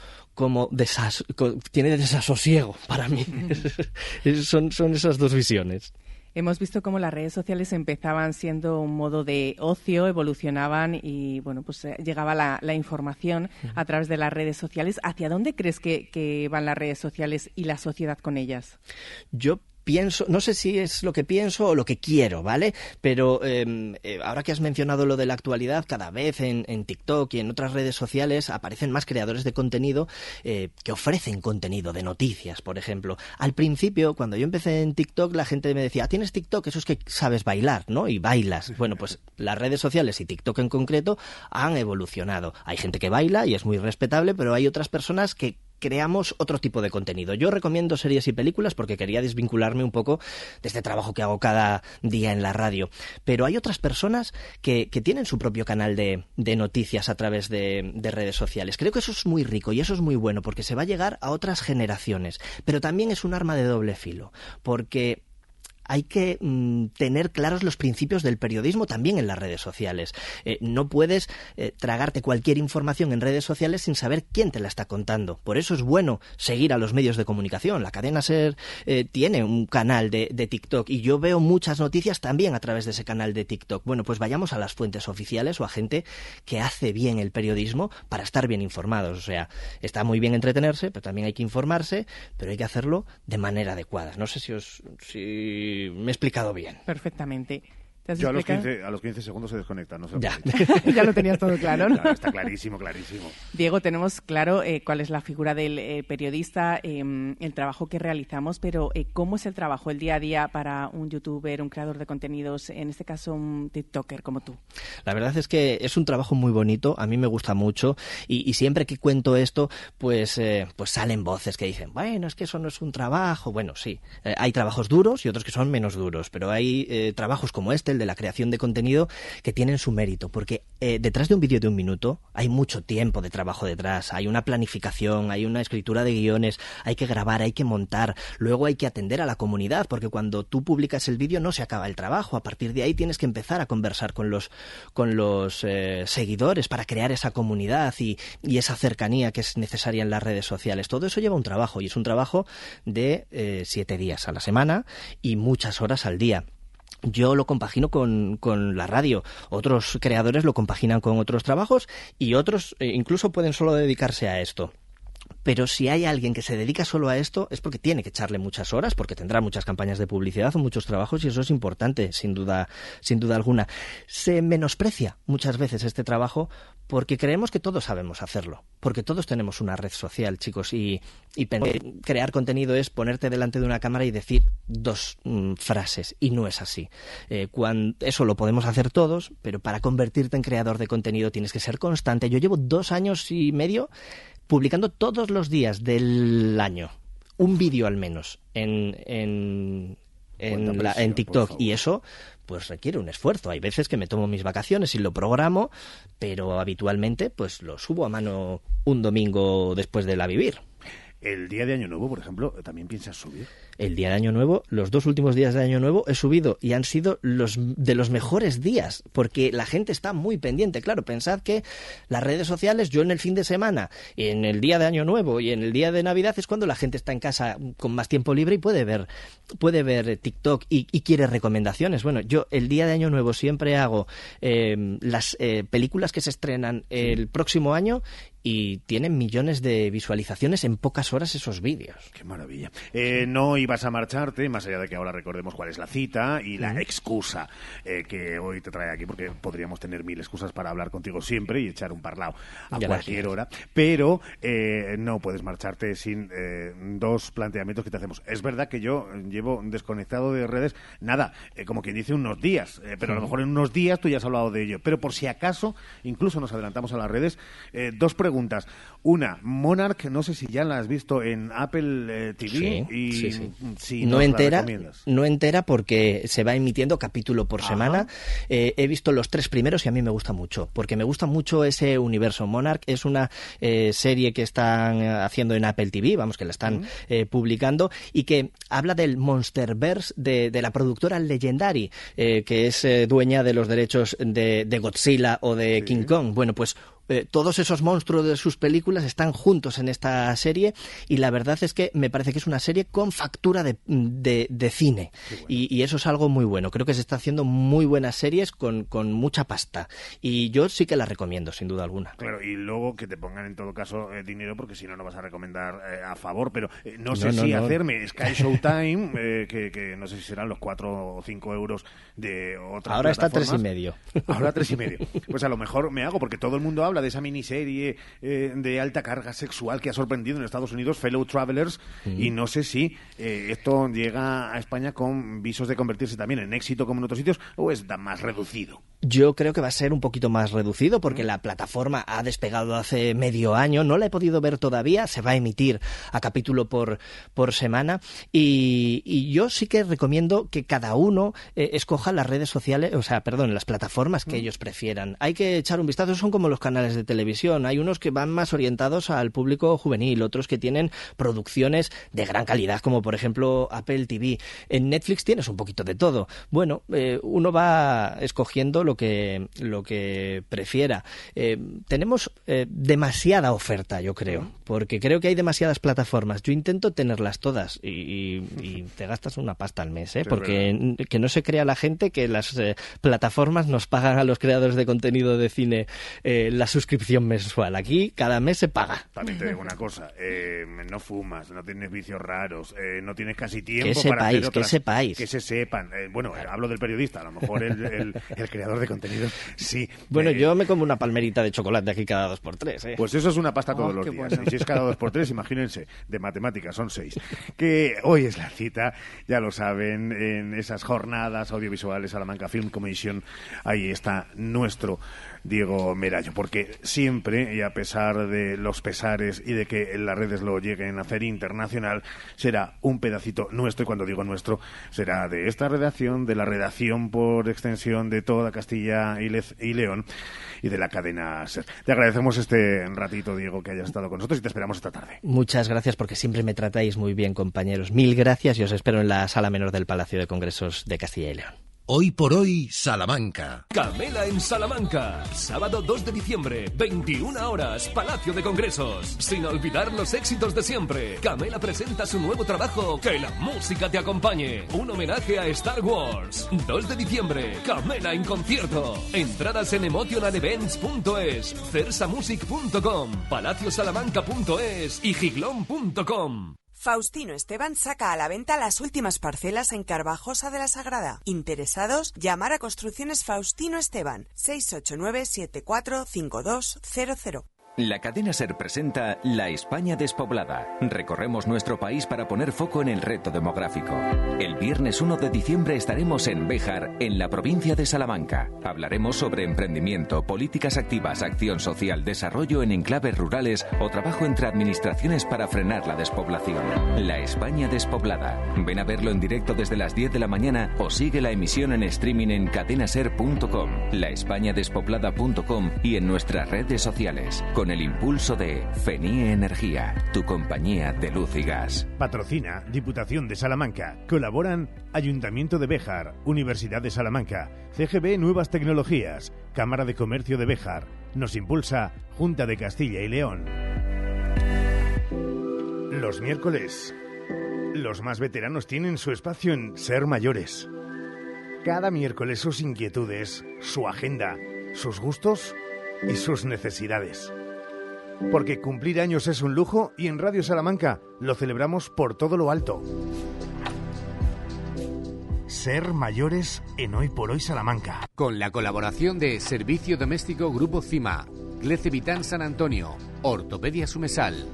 tiene desasosiego para mí. Son esas dos visiones. Hemos visto cómo las redes sociales empezaban siendo un modo de ocio, evolucionaban y bueno, pues llegaba la información a través de las redes sociales. ¿Hacia dónde crees que van las redes sociales y la sociedad con ellas? Yo pienso, no sé si es lo que pienso o lo que quiero, ¿vale? Pero ahora que has mencionado lo de la actualidad, cada vez en TikTok y en otras redes sociales aparecen más creadores de contenido que ofrecen contenido de noticias, por ejemplo. Al principio, cuando yo empecé en TikTok, la gente me decía, ¿tienes TikTok? Eso es que sabes bailar, ¿no? Y bailas. Bueno, pues las redes sociales y TikTok en concreto han evolucionado. Hay gente que baila y es muy respetable, pero hay otras personas que creamos otro tipo de contenido. Yo recomiendo series y películas porque quería desvincularme un poco de este trabajo que hago cada día en la radio. Pero hay otras personas que tienen su propio canal de noticias a través de redes sociales. Creo que eso es muy rico y eso es muy bueno porque se va a llegar a otras generaciones. Pero también es un arma de doble filo porque hay que tener claros los principios del periodismo también en las redes sociales. No puedes tragarte cualquier información en redes sociales sin saber quién te la está contando. Por eso es bueno seguir a los medios de comunicación. La cadena SER tiene un canal de TikTok y yo veo muchas noticias también a través de ese canal de TikTok. Bueno, pues vayamos a las fuentes oficiales o a gente que hace bien el periodismo para estar bien informados. O sea, está muy bien entretenerse, pero también hay que informarse, pero hay que hacerlo de manera adecuada. No sé si me he explicado bien. Perfectamente. Yo a los 15 segundos se desconecta, no sé. Ya. Ya lo tenías todo claro, ¿no? Claro, está clarísimo. Diego, tenemos claro cuál es la figura del periodista, el trabajo que realizamos, pero ¿cómo es el trabajo, el día a día para un youtuber, un creador de contenidos, en este caso un tiktoker como tú? La verdad es que es un trabajo muy bonito, a mí me gusta mucho y siempre que cuento esto, pues salen voces que dicen, bueno, es que eso no es un trabajo. Bueno, sí, hay trabajos duros y otros que son menos duros, pero hay trabajos como el de la creación de contenido que tienen su mérito, porque detrás de un vídeo de 1 minuto hay mucho tiempo de trabajo detrás, hay una planificación, hay una escritura de guiones, hay que grabar, hay que montar, luego hay que atender a la comunidad, porque cuando tú publicas el vídeo no se acaba el trabajo, a partir de ahí tienes que empezar a conversar con los seguidores para crear esa comunidad y esa cercanía que es necesaria en las redes sociales. Todo eso lleva un trabajo y es un trabajo de 7 días a la semana y muchas horas al día. Yo lo compagino con la radio, otros creadores lo compaginan con otros trabajos y otros incluso pueden solo dedicarse a esto. Pero si hay alguien que se dedica solo a esto es porque tiene que echarle muchas horas, porque tendrá muchas campañas de publicidad o muchos trabajos y eso es importante, sin duda alguna. Se menosprecia muchas veces este trabajo porque creemos que todos sabemos hacerlo, porque todos tenemos una red social, chicos, y crear contenido es ponerte delante de una cámara y decir 2 frases, y no es así. Eso lo podemos hacer todos, pero para convertirte en creador de contenido tienes que ser constante. Yo llevo 2 años y medio publicando todos los días del año un vídeo al menos en TikTok y eso pues requiere un esfuerzo. Hay veces que me tomo mis vacaciones y lo programo, pero habitualmente pues lo subo a mano un domingo después de la vivir. El día de Año Nuevo, por ejemplo, ¿también piensas subir? El día de Año Nuevo, los 2 últimos días de Año Nuevo he subido y han sido de los mejores días, porque la gente está muy pendiente. Claro, pensad que las redes sociales, yo en el fin de semana, en el día de Año Nuevo y en el día de Navidad es cuando la gente está en casa con más tiempo libre y puede ver TikTok y quiere recomendaciones. Bueno, yo el día de Año Nuevo siempre hago las películas que se estrenan el próximo año y tienen millones de visualizaciones en pocas horas esos vídeos. ¡Qué maravilla! No ibas a marcharte, más allá de que ahora recordemos cuál es la cita y la excusa que hoy te trae aquí, porque podríamos tener 1000 excusas para hablar contigo siempre y echar un parlao a cualquier hora, pero no puedes marcharte sin 2 planteamientos que te hacemos. Es verdad que yo llevo desconectado de redes, como quien dice, unos días, pero a lo mejor en unos días tú ya has hablado de ello, pero por si acaso, incluso nos adelantamos a las redes, 2 preguntas preguntas. Una, Monarch, no sé si ya la has visto en Apple TV. Sí. Si no entera, recomiendas. Porque se va emitiendo capítulo por semana. He visto los 3 primeros y a mí me gusta mucho, porque me gusta mucho ese universo. Monarch es una serie que están haciendo en Apple TV, vamos, que la están publicando, y que habla del Monsterverse de la productora Legendary, que es dueña de los derechos de Godzilla o de King Kong. Bueno, pues todos esos monstruos de sus películas están juntos en esta serie, y la verdad es que me parece que es una serie con factura de cine, bueno. y eso es algo muy bueno. Creo que se está haciendo muy buenas series con mucha pasta, y yo sí que la recomiendo, sin duda alguna. Claro, y luego que te pongan en todo caso dinero, porque si no, no vas a recomendar a favor, pero no sé si hacerme Sky Showtime, que no sé si serán los 4 o 5 euros de otras Ahora plataformas. Está 3,5. Ahora 3,5. Pues a lo mejor me hago, porque todo el mundo habla de esa miniserie de alta carga sexual que ha sorprendido en Estados Unidos, Fellow Travelers, y no sé si esto llega a España con visos de convertirse también en éxito como en otros sitios, o es más reducido. Yo creo que va a ser un poquito más reducido, porque la plataforma ha despegado hace medio año, no la he podido ver todavía, se va a emitir a capítulo por semana, y yo sí que recomiendo que cada uno escoja las redes sociales, las plataformas que ellos prefieran. Hay que echar un vistazo, son como los canales de televisión, hay unos que van más orientados al público juvenil, otros que tienen producciones de gran calidad, como por ejemplo Apple TV. En Netflix tienes un poquito de todo. Bueno, uno va escogiendo lo que prefiera. Tenemos demasiada oferta, yo creo, porque creo que hay demasiadas plataformas. Yo intento tenerlas todas y te gastas una pasta al mes, porque que no se crea la gente que las plataformas nos pagan a los creadores de contenido de cine la suscripción mensual. Aquí cada mes se paga. También te digo una cosa, no fumas, no tienes vicios raros, no tienes casi tiempo que sepáis. Que se sepan. Hablo del periodista, a lo mejor el creador de contenido, sí. Bueno, yo me como una palmerita de chocolate aquí cada 2x3. Pues eso es una pasta todos los días. Bueno. Y si es cada 2x3, imagínense, de matemáticas son 6. Que hoy es la cita, ya lo saben, en esas jornadas audiovisuales Salamanca Film Commission. Ahí está nuestro Diego Merallo, porque siempre, y a pesar de los pesares y de que las redes lo lleguen a hacer internacional, será un pedacito nuestro, y cuando digo nuestro, será de esta redacción, de la redacción por extensión de toda Castilla y León, y de la cadena SER. Te agradecemos este ratito, Diego, que hayas estado con nosotros, y te esperamos esta tarde. Muchas gracias, porque siempre me tratáis muy bien, compañeros. 1000 gracias, y os espero en la sala menor del Palacio de Congresos de Castilla y León. Hoy por hoy, Salamanca. Camela en Salamanca. Sábado 2 de diciembre, 21 horas, Palacio de Congresos. Sin olvidar los éxitos de siempre. Camela presenta su nuevo trabajo, Que la música te acompañe. Un homenaje a Star Wars. 2 de diciembre, Camela en concierto. Entradas en emotionalevents.es, cersamusic.com, palaciosalamanca.es y giglón.com. Faustino Esteban saca a la venta las últimas parcelas en Carvajosa de la Sagrada. Interesados, llamar a Construcciones Faustino Esteban, 689-745200. La cadena SER presenta La España despoblada. Recorremos nuestro país para poner foco en el reto demográfico. El viernes 1 de diciembre estaremos en Béjar, en la provincia de Salamanca. Hablaremos sobre emprendimiento, políticas activas, acción social, desarrollo en enclaves rurales o trabajo entre administraciones para frenar la despoblación. La España despoblada. Ven a verlo en directo desde las 10 de la mañana o sigue la emisión en streaming en cadenaser.com, laespañadespoblada.com y en nuestras redes sociales. Con el impulso de FENIE Energía, tu compañía de luz y gas. Patrocina Diputación de Salamanca. Colaboran Ayuntamiento de Béjar, Universidad de Salamanca, CGB Nuevas Tecnologías, Cámara de Comercio de Béjar. Nos impulsa Junta de Castilla y León. Los miércoles, los más veteranos tienen su espacio en Ser Mayores. Cada miércoles sus inquietudes, su agenda, sus gustos y sus necesidades. Porque cumplir años es un lujo y en Radio Salamanca lo celebramos por todo lo alto. Ser Mayores en Hoy por Hoy Salamanca. Con la colaboración de Servicio Doméstico Grupo CIMA, Glece Vitán San Antonio, Ortopedia Sumesal.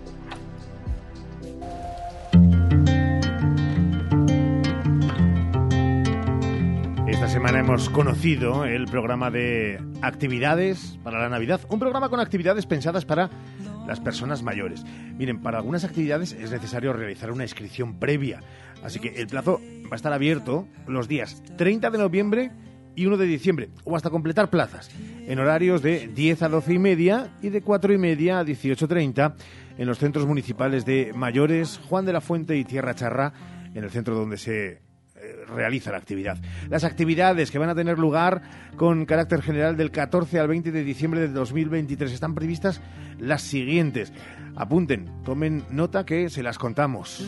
Esta semana hemos conocido el programa de actividades para la Navidad. Un programa con actividades pensadas para las personas mayores. Miren, para algunas actividades es necesario realizar una inscripción previa, así que el plazo va a estar abierto los días 30 de noviembre y 1 de diciembre, o hasta completar plazas, en horarios de 10 a 12 y media y de 4 y media a 18:30 en los centros municipales de Mayores, Juan de la Fuente y Tierra Charra, en el centro donde se realiza la actividad. Las actividades que van a tener lugar con carácter general del 14 al 20 de diciembre de 2023 están previstas las siguientes. Apunten, tomen nota que se las contamos.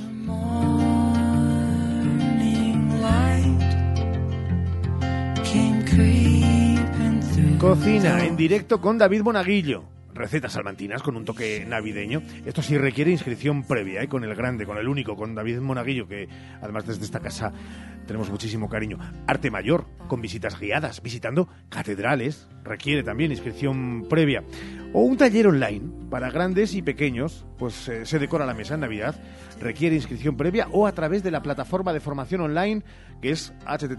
Cocina en directo con David Monaguillo. Recetas salmantinas con un toque navideño. Esto sí requiere inscripción previa, con el grande, con el único, con David Monaguillo, que además desde esta casa tenemos muchísimo cariño. Arte mayor, con visitas guiadas, visitando catedrales, requiere también inscripción previa. O un taller online para grandes y pequeños, pues se decora la mesa en Navidad, requiere inscripción previa o a través de la plataforma de formación online, que es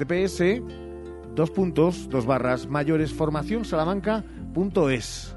https://mayoresformacionsalamanca.es.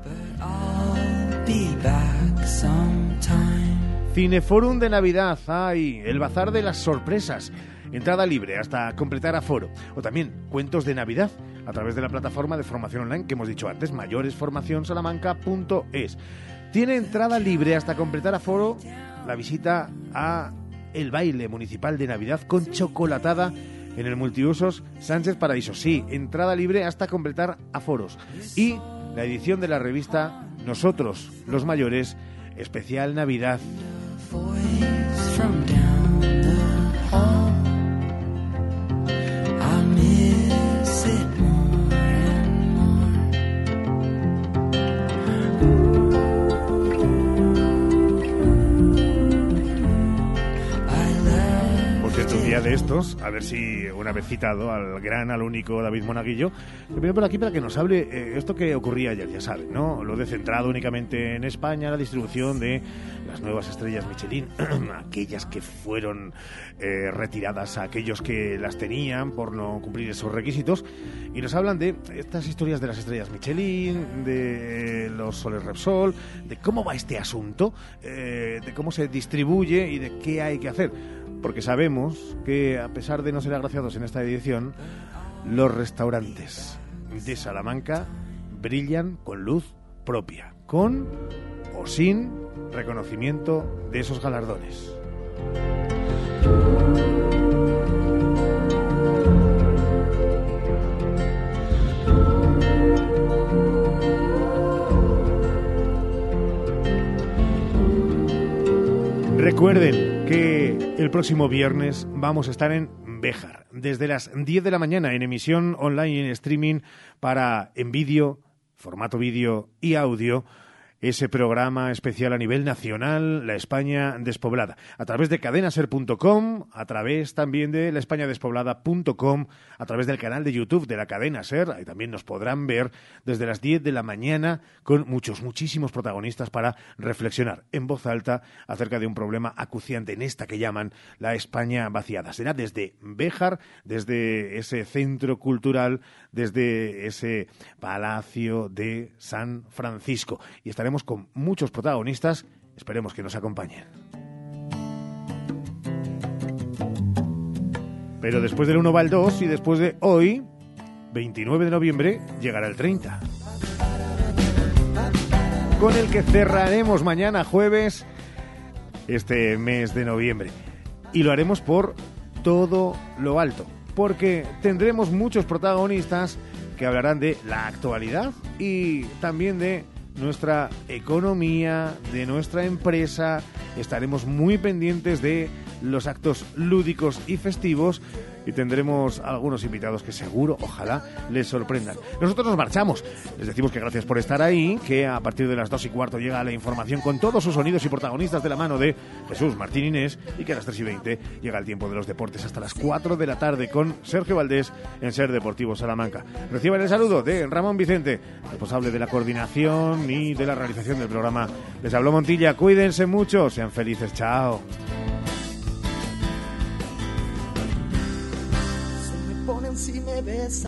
Cineforum de Navidad, el bazar de las sorpresas, entrada libre hasta completar aforo, o también cuentos de Navidad a través de la plataforma de formación online que hemos dicho antes, mayoresformacionsalamanca.es. Tiene entrada libre hasta completar aforo la visita a el baile municipal de Navidad con chocolatada en el multiusos Sánchez Paraíso. Sí, entrada libre hasta completar aforos. Y la edición de la revista Nosotros, los Mayores, especial Navidad. Un día de estos, a ver si una vez citado al gran, al único David Monaguillo, que viene por aquí para que nos hable esto que ocurría ayer, ya saben, ¿no? Lo de centrado únicamente en España, la distribución de las nuevas estrellas Michelin, aquellas que fueron retiradas a aquellos que las tenían por no cumplir esos requisitos, y nos hablan de estas historias de las estrellas Michelin, de los soles Repsol, de cómo va este asunto, de cómo se distribuye y de qué hay que hacer. Porque sabemos que, a pesar de no ser agraciados en esta edición, los restaurantes de Salamanca brillan con luz propia, con o sin reconocimiento de esos galardones. Recuerden que el próximo viernes vamos a estar en Béjar, desde las 10 de la mañana, en emisión online y en streaming en vídeo, formato vídeo y audio, ese programa especial a nivel nacional, La España Despoblada, a través de cadenaser.com, a través también de laespañadespoblada.com, a través del canal de YouTube de la Cadena Ser. Ahí también nos podrán ver desde las 10 de la mañana con muchísimos protagonistas para reflexionar en voz alta acerca de un problema acuciante en esta que llaman la España vaciada. Será desde Béjar, desde ese centro cultural, desde ese Palacio de San Francisco. Y estaremos con muchos protagonistas, esperemos que nos acompañen. Pero después del 1 va el 2 y después de hoy, 29 de noviembre, llegará el 30. Con el que cerraremos mañana jueves este mes de noviembre. Y lo haremos por todo lo alto, porque tendremos muchos protagonistas que hablarán de la actualidad y también de nuestra economía, de nuestra empresa. Estaremos muy pendientes de los actos lúdicos y festivos y tendremos algunos invitados que seguro, ojalá, les sorprendan. Nosotros nos marchamos. Les decimos que gracias por estar ahí, que a partir de las 2:15 llega la información con todos sus sonidos y protagonistas de la mano de Jesús Martín Inés, y que a las 3:20 llega el tiempo de los deportes hasta las 4 de la tarde con Sergio Valdés en Ser Deportivo Salamanca. Reciban el saludo de Ramón Vicente, responsable de la coordinación y de la realización del programa. Les habló Montilla. Cuídense mucho, sean felices. Chao. Si me ves